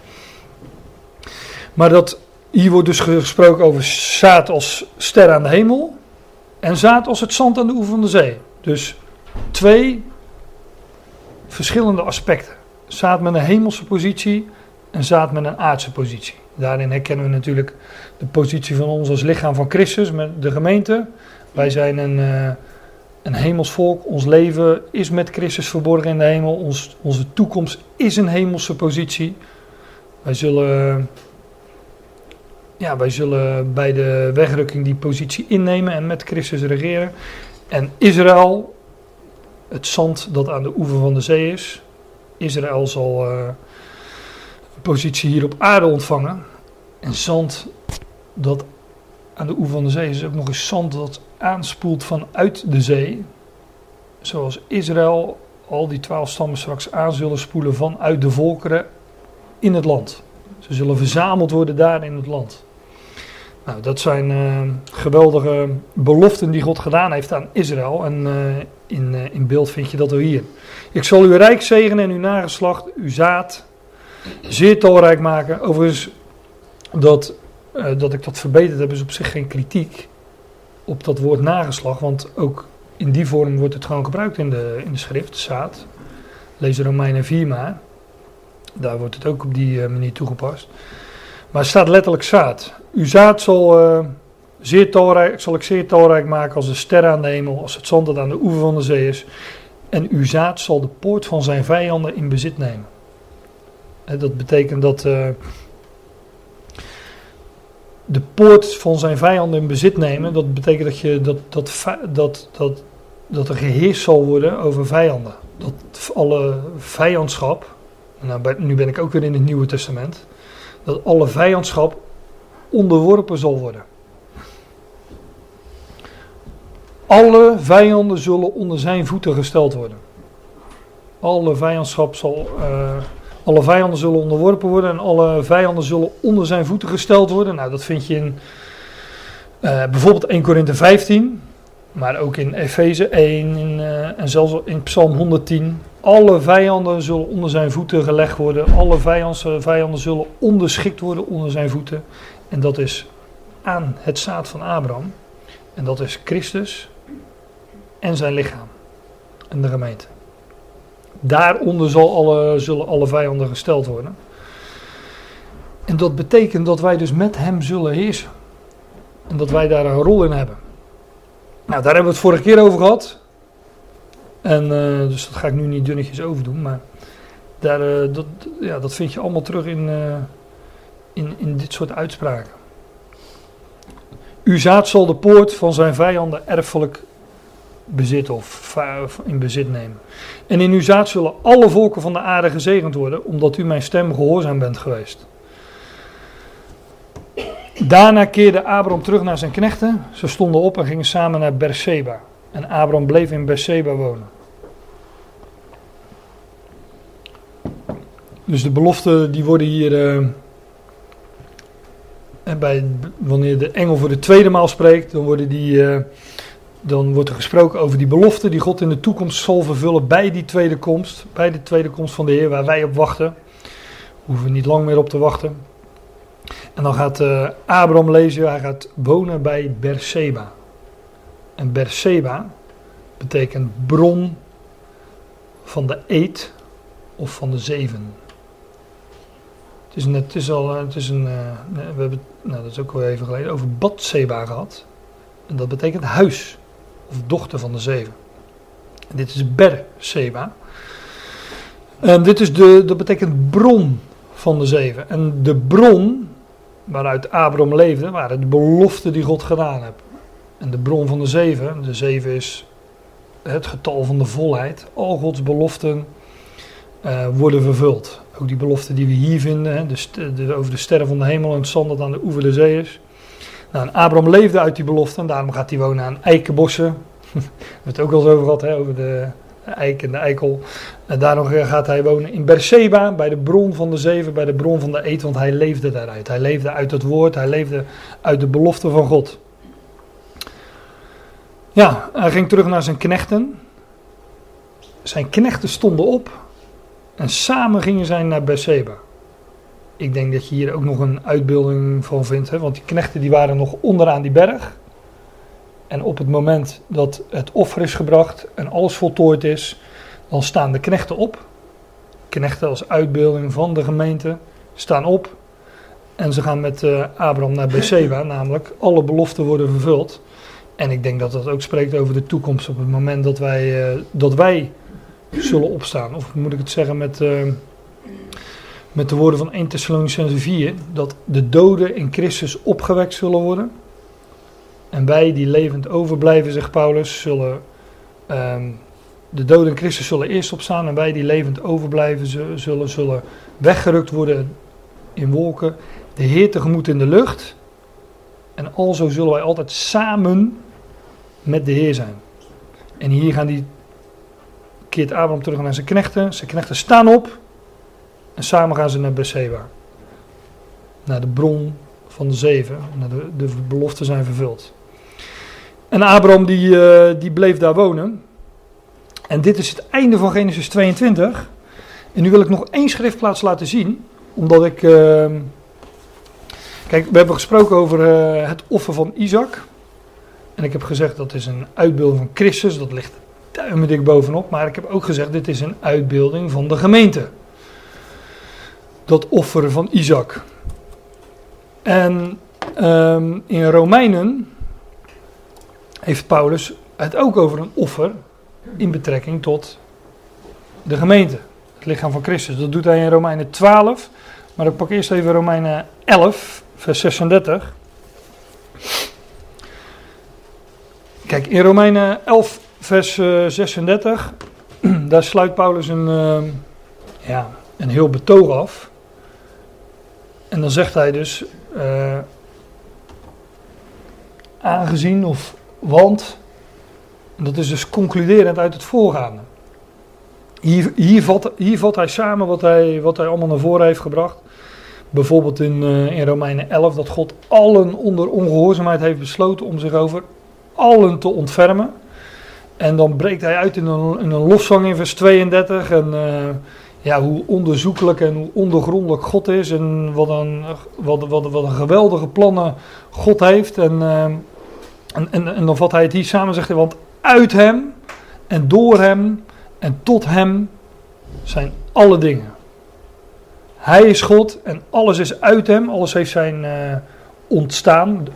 Maar dat, hier wordt dus gesproken over zaad als sterren aan de hemel en zaad als het zand aan de oever van de zee. Dus twee verschillende aspecten. Zaad met een hemelse positie en zaad met een aardse positie. Daarin herkennen we natuurlijk de positie van ons als lichaam van Christus, met de gemeente. Wij zijn een, uh, een hemels volk. Ons leven is met Christus verborgen in de hemel. Ons, onze toekomst is een hemelse positie. Wij zullen, ja, wij zullen bij de wegrukking die positie innemen en met Christus regeren. En Israël, het zand dat aan de oever van de zee is. Israël zal uh, een positie hier op aarde ontvangen. En zand dat aan de oever van de zee is ook nog eens zand dat aanspoelt vanuit de zee. Zoals Israël al die twaalf stammen straks aan zullen spoelen vanuit de volkeren in het land. Ze zullen verzameld worden daar in het land. Nou, dat zijn uh, geweldige beloften die God gedaan heeft aan Israël. En uh, in, uh, in beeld vind je dat ook hier. Ik zal u rijk zegenen en uw nageslacht, uw zaad, zeer talrijk maken. Overigens, dat, uh, dat ik dat verbeterd heb is op zich geen kritiek op dat woord nageslacht. Want ook in die vorm wordt het gewoon gebruikt in de, in de schrift, zaad. Lees Romeinen vier maar. Daar wordt het ook op die uh, manier toegepast. Maar het staat letterlijk zaad. Uw zaad zal, uh, zeer talrijk, zal ik zeer talrijk maken als de sterren aan de hemel, als het zand dat aan de oever van de zee is. En uw zaad zal de poort van zijn vijanden in bezit nemen. En dat betekent dat uh, de poort van zijn vijanden in bezit nemen, dat betekent dat, je, dat, dat, dat, dat, dat er geheerst zal worden over vijanden. Dat alle vijandschap, nou, nu ben ik ook weer in het Nieuwe Testament, dat alle vijandschap onderworpen zal worden. alle vijanden zullen onder zijn voeten gesteld worden. Alle vijandschap zal, uh, alle vijanden zullen onderworpen worden en alle vijanden zullen onder zijn voeten gesteld worden. Nou, dat vind je in uh, bijvoorbeeld eerste Korinthe vijftien, maar ook in Efeze één in, uh, en zelfs in Psalm honderdtien. Alle vijanden zullen onder zijn voeten gelegd worden. Alle vijanden, vijanden zullen onderschikt worden onder zijn voeten. En dat is aan het zaad van Abraham. En dat is Christus en zijn lichaam en de gemeente. Daaronder zal alle, zullen alle vijanden gesteld worden. En dat betekent dat wij dus met hem zullen heersen. En dat wij daar een rol in hebben. Nou, daar hebben we het vorige keer over gehad. En uh, dus dat ga ik nu niet dunnetjes over doen. Maar daar, uh, dat, ja, dat vind je allemaal terug in, uh, in, in dit soort uitspraken. Uw zaad zal de poort van zijn vijanden erfelijk bezitten of in bezit nemen. En in uw zaad zullen alle volken van de aarde gezegend worden, omdat u mijn stem gehoorzaam bent geweest. Daarna keerde Abraham terug naar zijn knechten. Ze stonden op en gingen samen naar Berseba. En Abraham bleef in Berseba wonen. Dus de beloften die worden hier... Uh, en bij, wanneer de engel voor de tweede maal spreekt, dan, worden die, uh, dan wordt er gesproken over die beloften die God in de toekomst zal vervullen bij die tweede komst. Bij de tweede komst van de Heer, waar wij op wachten. We hoeven niet lang meer op te wachten. En dan gaat uh, Abraham lezen, hij gaat wonen bij Berseba. En Berseba betekent bron van de eed of van de zeven. Het is, net, het is al, het is een, uh, we hebben, nou dat is ook al even geleden, over Batseba gehad. En dat betekent huis, of dochter van de zeven. En dit is Berseba. En dit is de, dat betekent bron van de zeven. En de bron waaruit Abraham leefde, waren de beloften die God gedaan heeft. En de bron van de zeven, de zeven is het getal van de volheid. Al Gods beloften uh, worden vervuld. Ook die beloften die we hier vinden, hè, de st- de, over de sterren van de hemel en het zand dat aan de oever der zee is. Nou, en Abraham leefde uit die beloften en daarom gaat hij wonen aan eikenbossen. We hebben het ook al eens over gehad, hè, over de eik en de eikel. En daarom gaat hij wonen in Berseba, bij de bron van de zeven, bij de bron van de eed, want hij leefde daaruit. Hij leefde uit het woord, hij leefde uit de belofte van God. Ja, hij ging terug naar zijn knechten. Zijn knechten stonden op en samen gingen zij naar Berseba. Ik denk dat je hier ook nog een uitbeelding van vindt, hè? Want die knechten die waren nog onderaan die berg. En op het moment dat het offer is gebracht en alles voltooid is, dan staan de knechten op. Knechten als uitbeelding van de gemeente staan op. En ze gaan met uh, Abraham naar Berseba, namelijk alle beloften worden vervuld. En ik denk dat dat ook spreekt over de toekomst op het moment dat wij, uh, dat wij zullen opstaan. Of moet ik het zeggen met, uh, met de woorden van eerste Thessalonicenzen vier, dat de doden in Christus opgewekt zullen worden. En wij die levend overblijven, zegt Paulus, zullen, um, de doden in Christus zullen eerst opstaan. En wij die levend overblijven zullen, zullen weggerukt worden in wolken. De Heer tegemoet in de lucht. En alzo zullen wij altijd samen met de Heer zijn. En hier gaan die, keert Abraham terug naar zijn knechten. Zijn knechten staan op. En samen gaan ze naar Berseba. Naar de bron van de zeven. Naar de, de beloften zijn vervuld. En Abraham die, uh, die bleef daar wonen. En dit is het einde van Genesis tweeëntwintig. En nu wil ik nog één schriftplaats laten zien. Omdat ik... Uh, kijk, we hebben gesproken over uh, het offer van Isaac. En ik heb gezegd dat is een uitbeelding van Christus. Dat ligt duimendik bovenop. Maar ik heb ook gezegd dit is een uitbeelding van de gemeente. Dat offer van Isaac. En um, in Romeinen heeft Paulus het ook over een offer in betrekking tot de gemeente. Het lichaam van Christus. Dat doet hij in Romeinen twaalf. Maar ik pak eerst even Romeinen elf, vers zesendertig. Kijk, in Romeinen elf, vers uh, zesendertig, daar sluit Paulus een, uh, ja, een heel betoog af. En dan zegt hij dus, uh, aangezien of want, En dat is dus concluderend uit het voorgaande. Hier, hier, vat, hier vat hij samen wat hij, wat hij allemaal naar voren heeft gebracht. Bijvoorbeeld in, uh, in Romeinen elf, dat God allen onder ongehoorzaamheid heeft besloten om zich over allen te ontfermen. En dan breekt hij uit in een, in een lofzang in vers tweeëndertig. En uh, ja, hoe onderzoekelijk en hoe ondergrondelijk God is. En wat een, wat, wat, wat een geweldige plannen God heeft. En, uh, en, en, en dan vat hij het hier samen en zegt hij, want uit hem en door hem en tot hem zijn alle dingen. Hij is God en alles is uit hem. Alles heeft zijn uh, ontstaan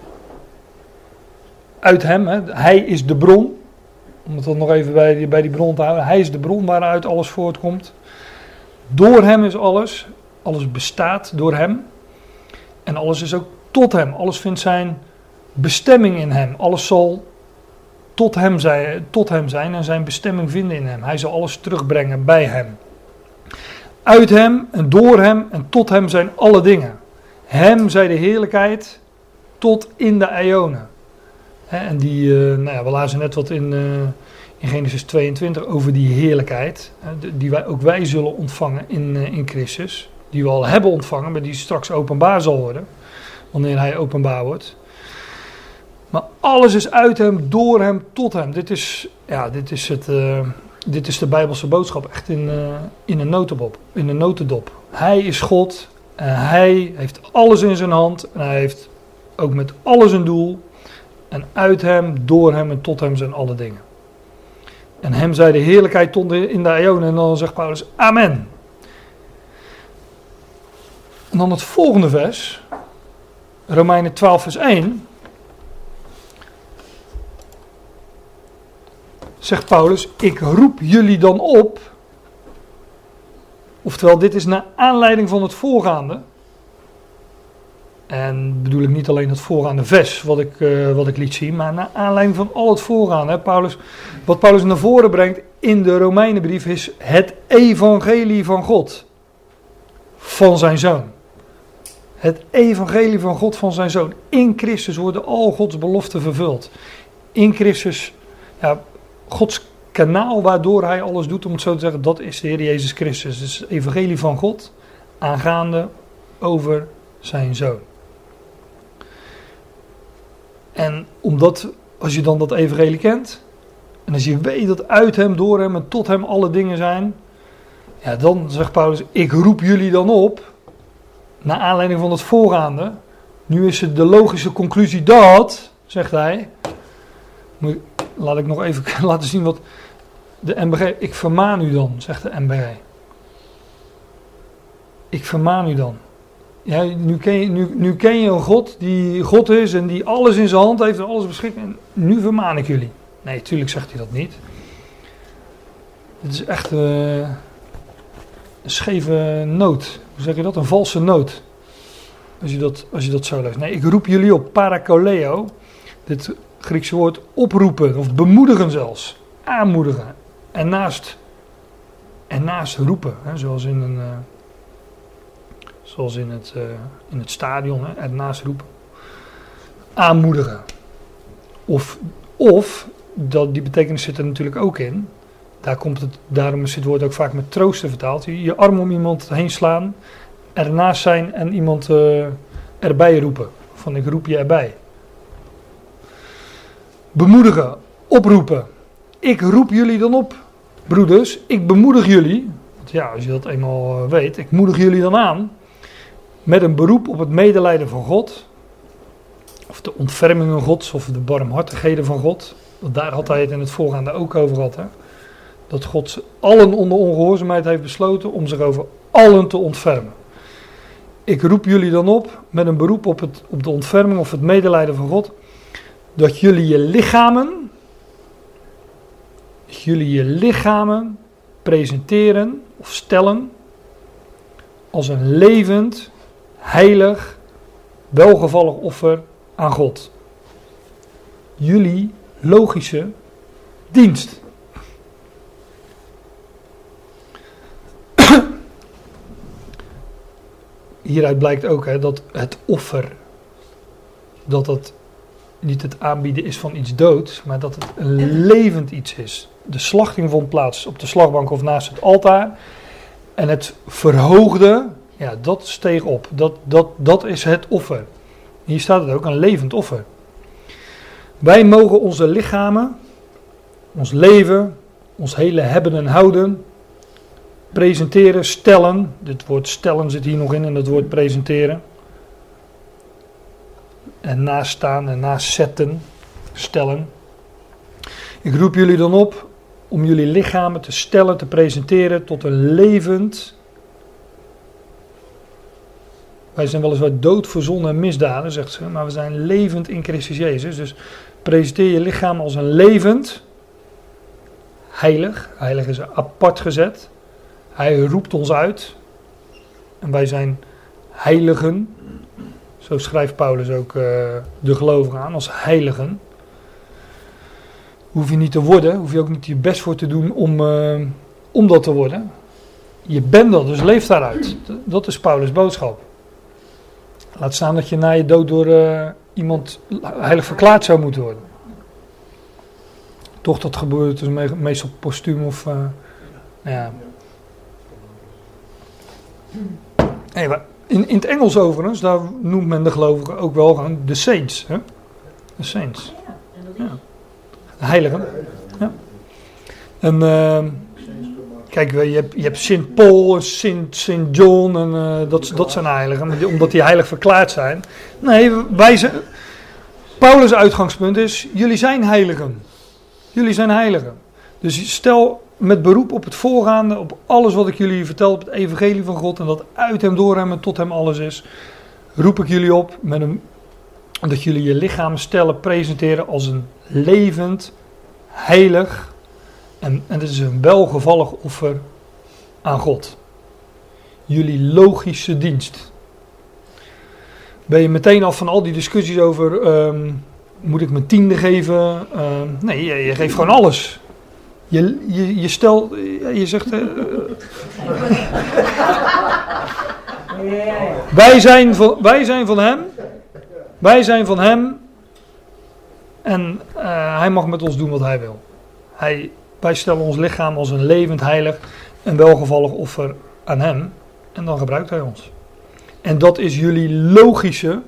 uit hem. Hè. Hij is de bron. Om het dan nog even bij die, bij die bron te houden. Hij is de bron waaruit alles voortkomt. Door hem is alles. Alles bestaat door hem. En alles is ook tot hem. Alles vindt zijn bestemming in hem. Alles zal tot hem zijn, tot hem zijn en zijn bestemming vinden in hem. Hij zal alles terugbrengen bij hem. Uit hem en door hem en tot hem zijn alle dingen. Hem zij de heerlijkheid tot in de eonen. He, en die, uh, nou ja, we lazen net wat in, uh, in Genesis tweeëntwintig over die heerlijkheid. Uh, die wij, ook wij zullen ontvangen in, uh, in Christus. Die we al hebben ontvangen, maar die straks openbaar zal worden. Wanneer hij openbaar wordt. Maar alles is uit hem, door hem, tot hem. Dit is, ja, dit is, het, uh, dit is de Bijbelse boodschap echt in, uh, in, een notendop, in een notendop. Hij is God en hij heeft alles in zijn hand. En hij heeft ook met alles een doel. En uit hem, door hem en tot hem zijn alle dingen. En hem zij de heerlijkheid tot in de eonen. En dan zegt Paulus, amen. En dan het volgende vers. Romeinen twaalf vers één. Zegt Paulus, ik roep jullie dan op. Oftewel, dit is naar aanleiding van het voorgaande. En bedoel ik niet alleen het voorgaande vers wat ik, uh, wat ik liet zien, maar naar aanleiding van al het voorgaande. Hè, Paulus, wat Paulus naar voren brengt in de Romeinenbrief is het evangelie van God. Van zijn zoon. Het evangelie van God van zijn zoon. In Christus worden al Gods beloften vervuld. In Christus, ja, Gods kanaal waardoor hij alles doet, om het zo te zeggen, dat is de Heer Jezus Christus. Het is het evangelie van God aangaande over zijn zoon. En omdat, als je dan dat evangelie kent, en als je weet dat uit hem, door hem en tot hem alle dingen zijn, ja, dan zegt Paulus, ik roep jullie dan op, naar aanleiding van het voorgaande, nu is het de logische conclusie dat, zegt hij, laat ik nog even laten zien wat de M B G, ik vermaan u dan, zegt de M B G. Ik vermaan u dan. Ja, nu, ken je, nu, nu ken je een God die God is en die alles in zijn hand heeft en alles beschikt. En nu vermaan ik jullie. Nee, tuurlijk zegt hij dat niet. Het is echt uh, een scheve noot. Hoe zeg je dat? Een valse noot. Als je dat, als je dat zo leest. Nee, ik roep jullie op, parakaleo. Dit Griekse woord oproepen of bemoedigen zelfs. Aanmoedigen. En naast, en naast roepen. Hè, zoals in een... Uh, Zoals in het, uh, in het stadion, hè, ernaast roepen. Aanmoedigen. Of, of dat, die betekenis zit er natuurlijk ook in. Daar komt het, daarom is het woord ook vaak met troosten vertaald. Je, je arm om iemand heen slaan, ernaast zijn en iemand uh, erbij roepen. Van ik roep je erbij. Bemoedigen, oproepen. Ik roep jullie dan op, broeders. Ik bemoedig jullie. Want ja, als je dat eenmaal uh, weet, ik moedig jullie dan aan. Met een beroep op het medelijden van God. Of de ontfermingen Gods. Of de barmhartigheden van God. Want daar had hij het in het voorgaande ook over gehad. Hè? Dat God allen onder ongehoorzaamheid heeft besloten om zich over allen te ontfermen. Ik roep jullie dan op met een beroep op, het, op de ontferming of het medelijden van God. Dat jullie je lichamen. Dat jullie je lichamen presenteren of stellen. Als een levend, heilig, welgevallig offer aan God. Jullie logische dienst. Hieruit blijkt ook hè, dat het offer, dat dat niet het aanbieden is van iets doods, maar dat het een levend iets is. De slachting vond plaats op de slagbank of naast het altaar. En het verhoogde, ja, dat steeg op. Dat, dat, dat is het offer. Hier staat het ook, een levend offer. Wij mogen onze lichamen, ons leven, ons hele hebben en houden, presenteren, stellen. Dit woord stellen zit hier nog in en dat woord presenteren. En naast staan en naast zetten, stellen. Ik roep jullie dan op om jullie lichamen te stellen, te presenteren tot een levend. Wij zijn weliswaar dood voor zonde en misdaden, zegt ze, maar we zijn levend in Christus Jezus. Dus presenteer je lichaam als een levend, heilig. Heilig is er apart gezet. Hij roept ons uit. En wij zijn heiligen. Zo schrijft Paulus ook uh, de gelovigen aan, als heiligen. Hoef je niet te worden, hoef je ook niet je best voor te doen om, uh, om dat te worden. Je bent dat, dus leef daaruit. Dat is Paulus' boodschap. Laat staan dat je na je dood door uh, iemand heilig verklaard zou moeten worden. Toch, dat gebeurt dus me- meestal postuum of... Uh, ja. Hey, maar in, in het Engels overigens, daar noemt men de gelovigen ook wel gewoon de saints. Hè? De saints. Ja. De heiligen. Ja. En uh, kijk, je hebt, je hebt Sint Paul, Sint, Sint John en uh, dat, dat zijn heiligen, omdat die heilig verklaard zijn. Nee, wij zijn... Paulus' uitgangspunt is, jullie zijn heiligen. Jullie zijn heiligen. Dus stel met beroep op het voorgaande, op alles wat ik jullie vertel, op het evangelie van God en dat uit hem, door hem en tot hem alles is, roep ik jullie op met een, dat jullie je lichaam stellen, presenteren als een levend, heilig en, en dit is een welgevallig offer aan God. Jullie logische dienst. Ben je meteen af van al die discussies over, um, moet ik mijn tiende geven? Um, nee, je, je geeft gewoon alles. Je, je, je stelt, je zegt, uh, wij, zijn van, wij zijn van hem, wij zijn van hem en uh, hij mag met ons doen wat hij wil. Hij, wij stellen ons lichaam als een levend, heilig en welgevallig offer aan hem en dan gebruikt hij ons. En dat is jullie logische,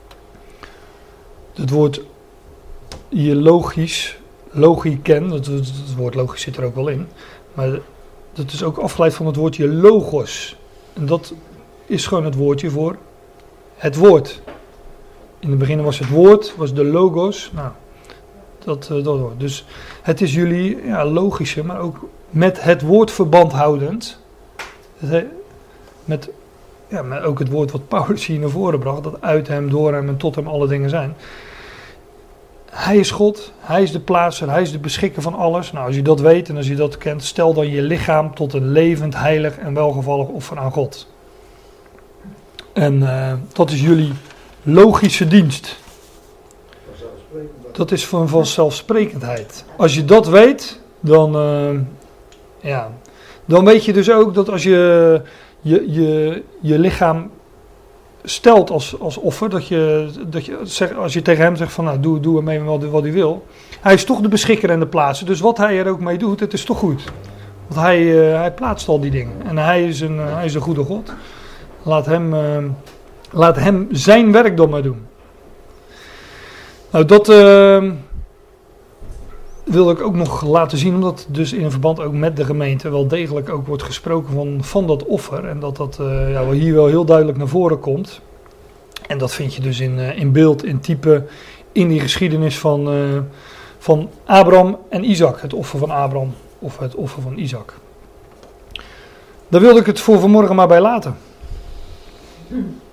het woord je logisch, logiken, dat, het woord logisch zit er ook wel in, maar dat is ook afgeleid van het woordje logos. En dat is gewoon het woordje voor het woord. In het begin was het woord, was de logos, nou, dat, dat woord. Dus het is jullie ja, logische, maar ook met het woord verband houdend, met... Ja, maar ook het woord wat Paulus hier naar voren bracht, dat uit hem, door hem en tot hem alle dingen zijn. Hij is God, hij is de plaatser, hij is de beschikker van alles. Nou, als je dat weet en als je dat kent, stel dan je lichaam tot een levend, heilig en welgevallig offer aan God. En uh, dat is jullie logische dienst. Dat is van vanzelfsprekendheid. Als je dat weet, dan, uh, ja, dan weet je dus ook dat als je... Je, je, je lichaam stelt als, als offer, dat je, dat je zeg, als je tegen hem zegt van nou doe, doe ermee wat, wat hij wil. Hij is toch de beschikker en de plaatser, dus wat hij er ook mee doet, het is toch goed. Want hij, uh, hij plaatst al die dingen en hij is een, uh, hij is een goede God. Laat hem, uh, laat hem zijn werk dan maar doen. Nou dat... Uh, wil ik ook nog laten zien, omdat dus in verband ook met de gemeente wel degelijk ook wordt gesproken van, van dat offer. En dat dat uh, ja, hier wel heel duidelijk naar voren komt. En dat vind je dus in, uh, in beeld, in type, in die geschiedenis van, uh, van Abraham en Isaac. Het offer van Abraham of het offer van Isaac. Daar wilde ik het voor vanmorgen maar bij laten.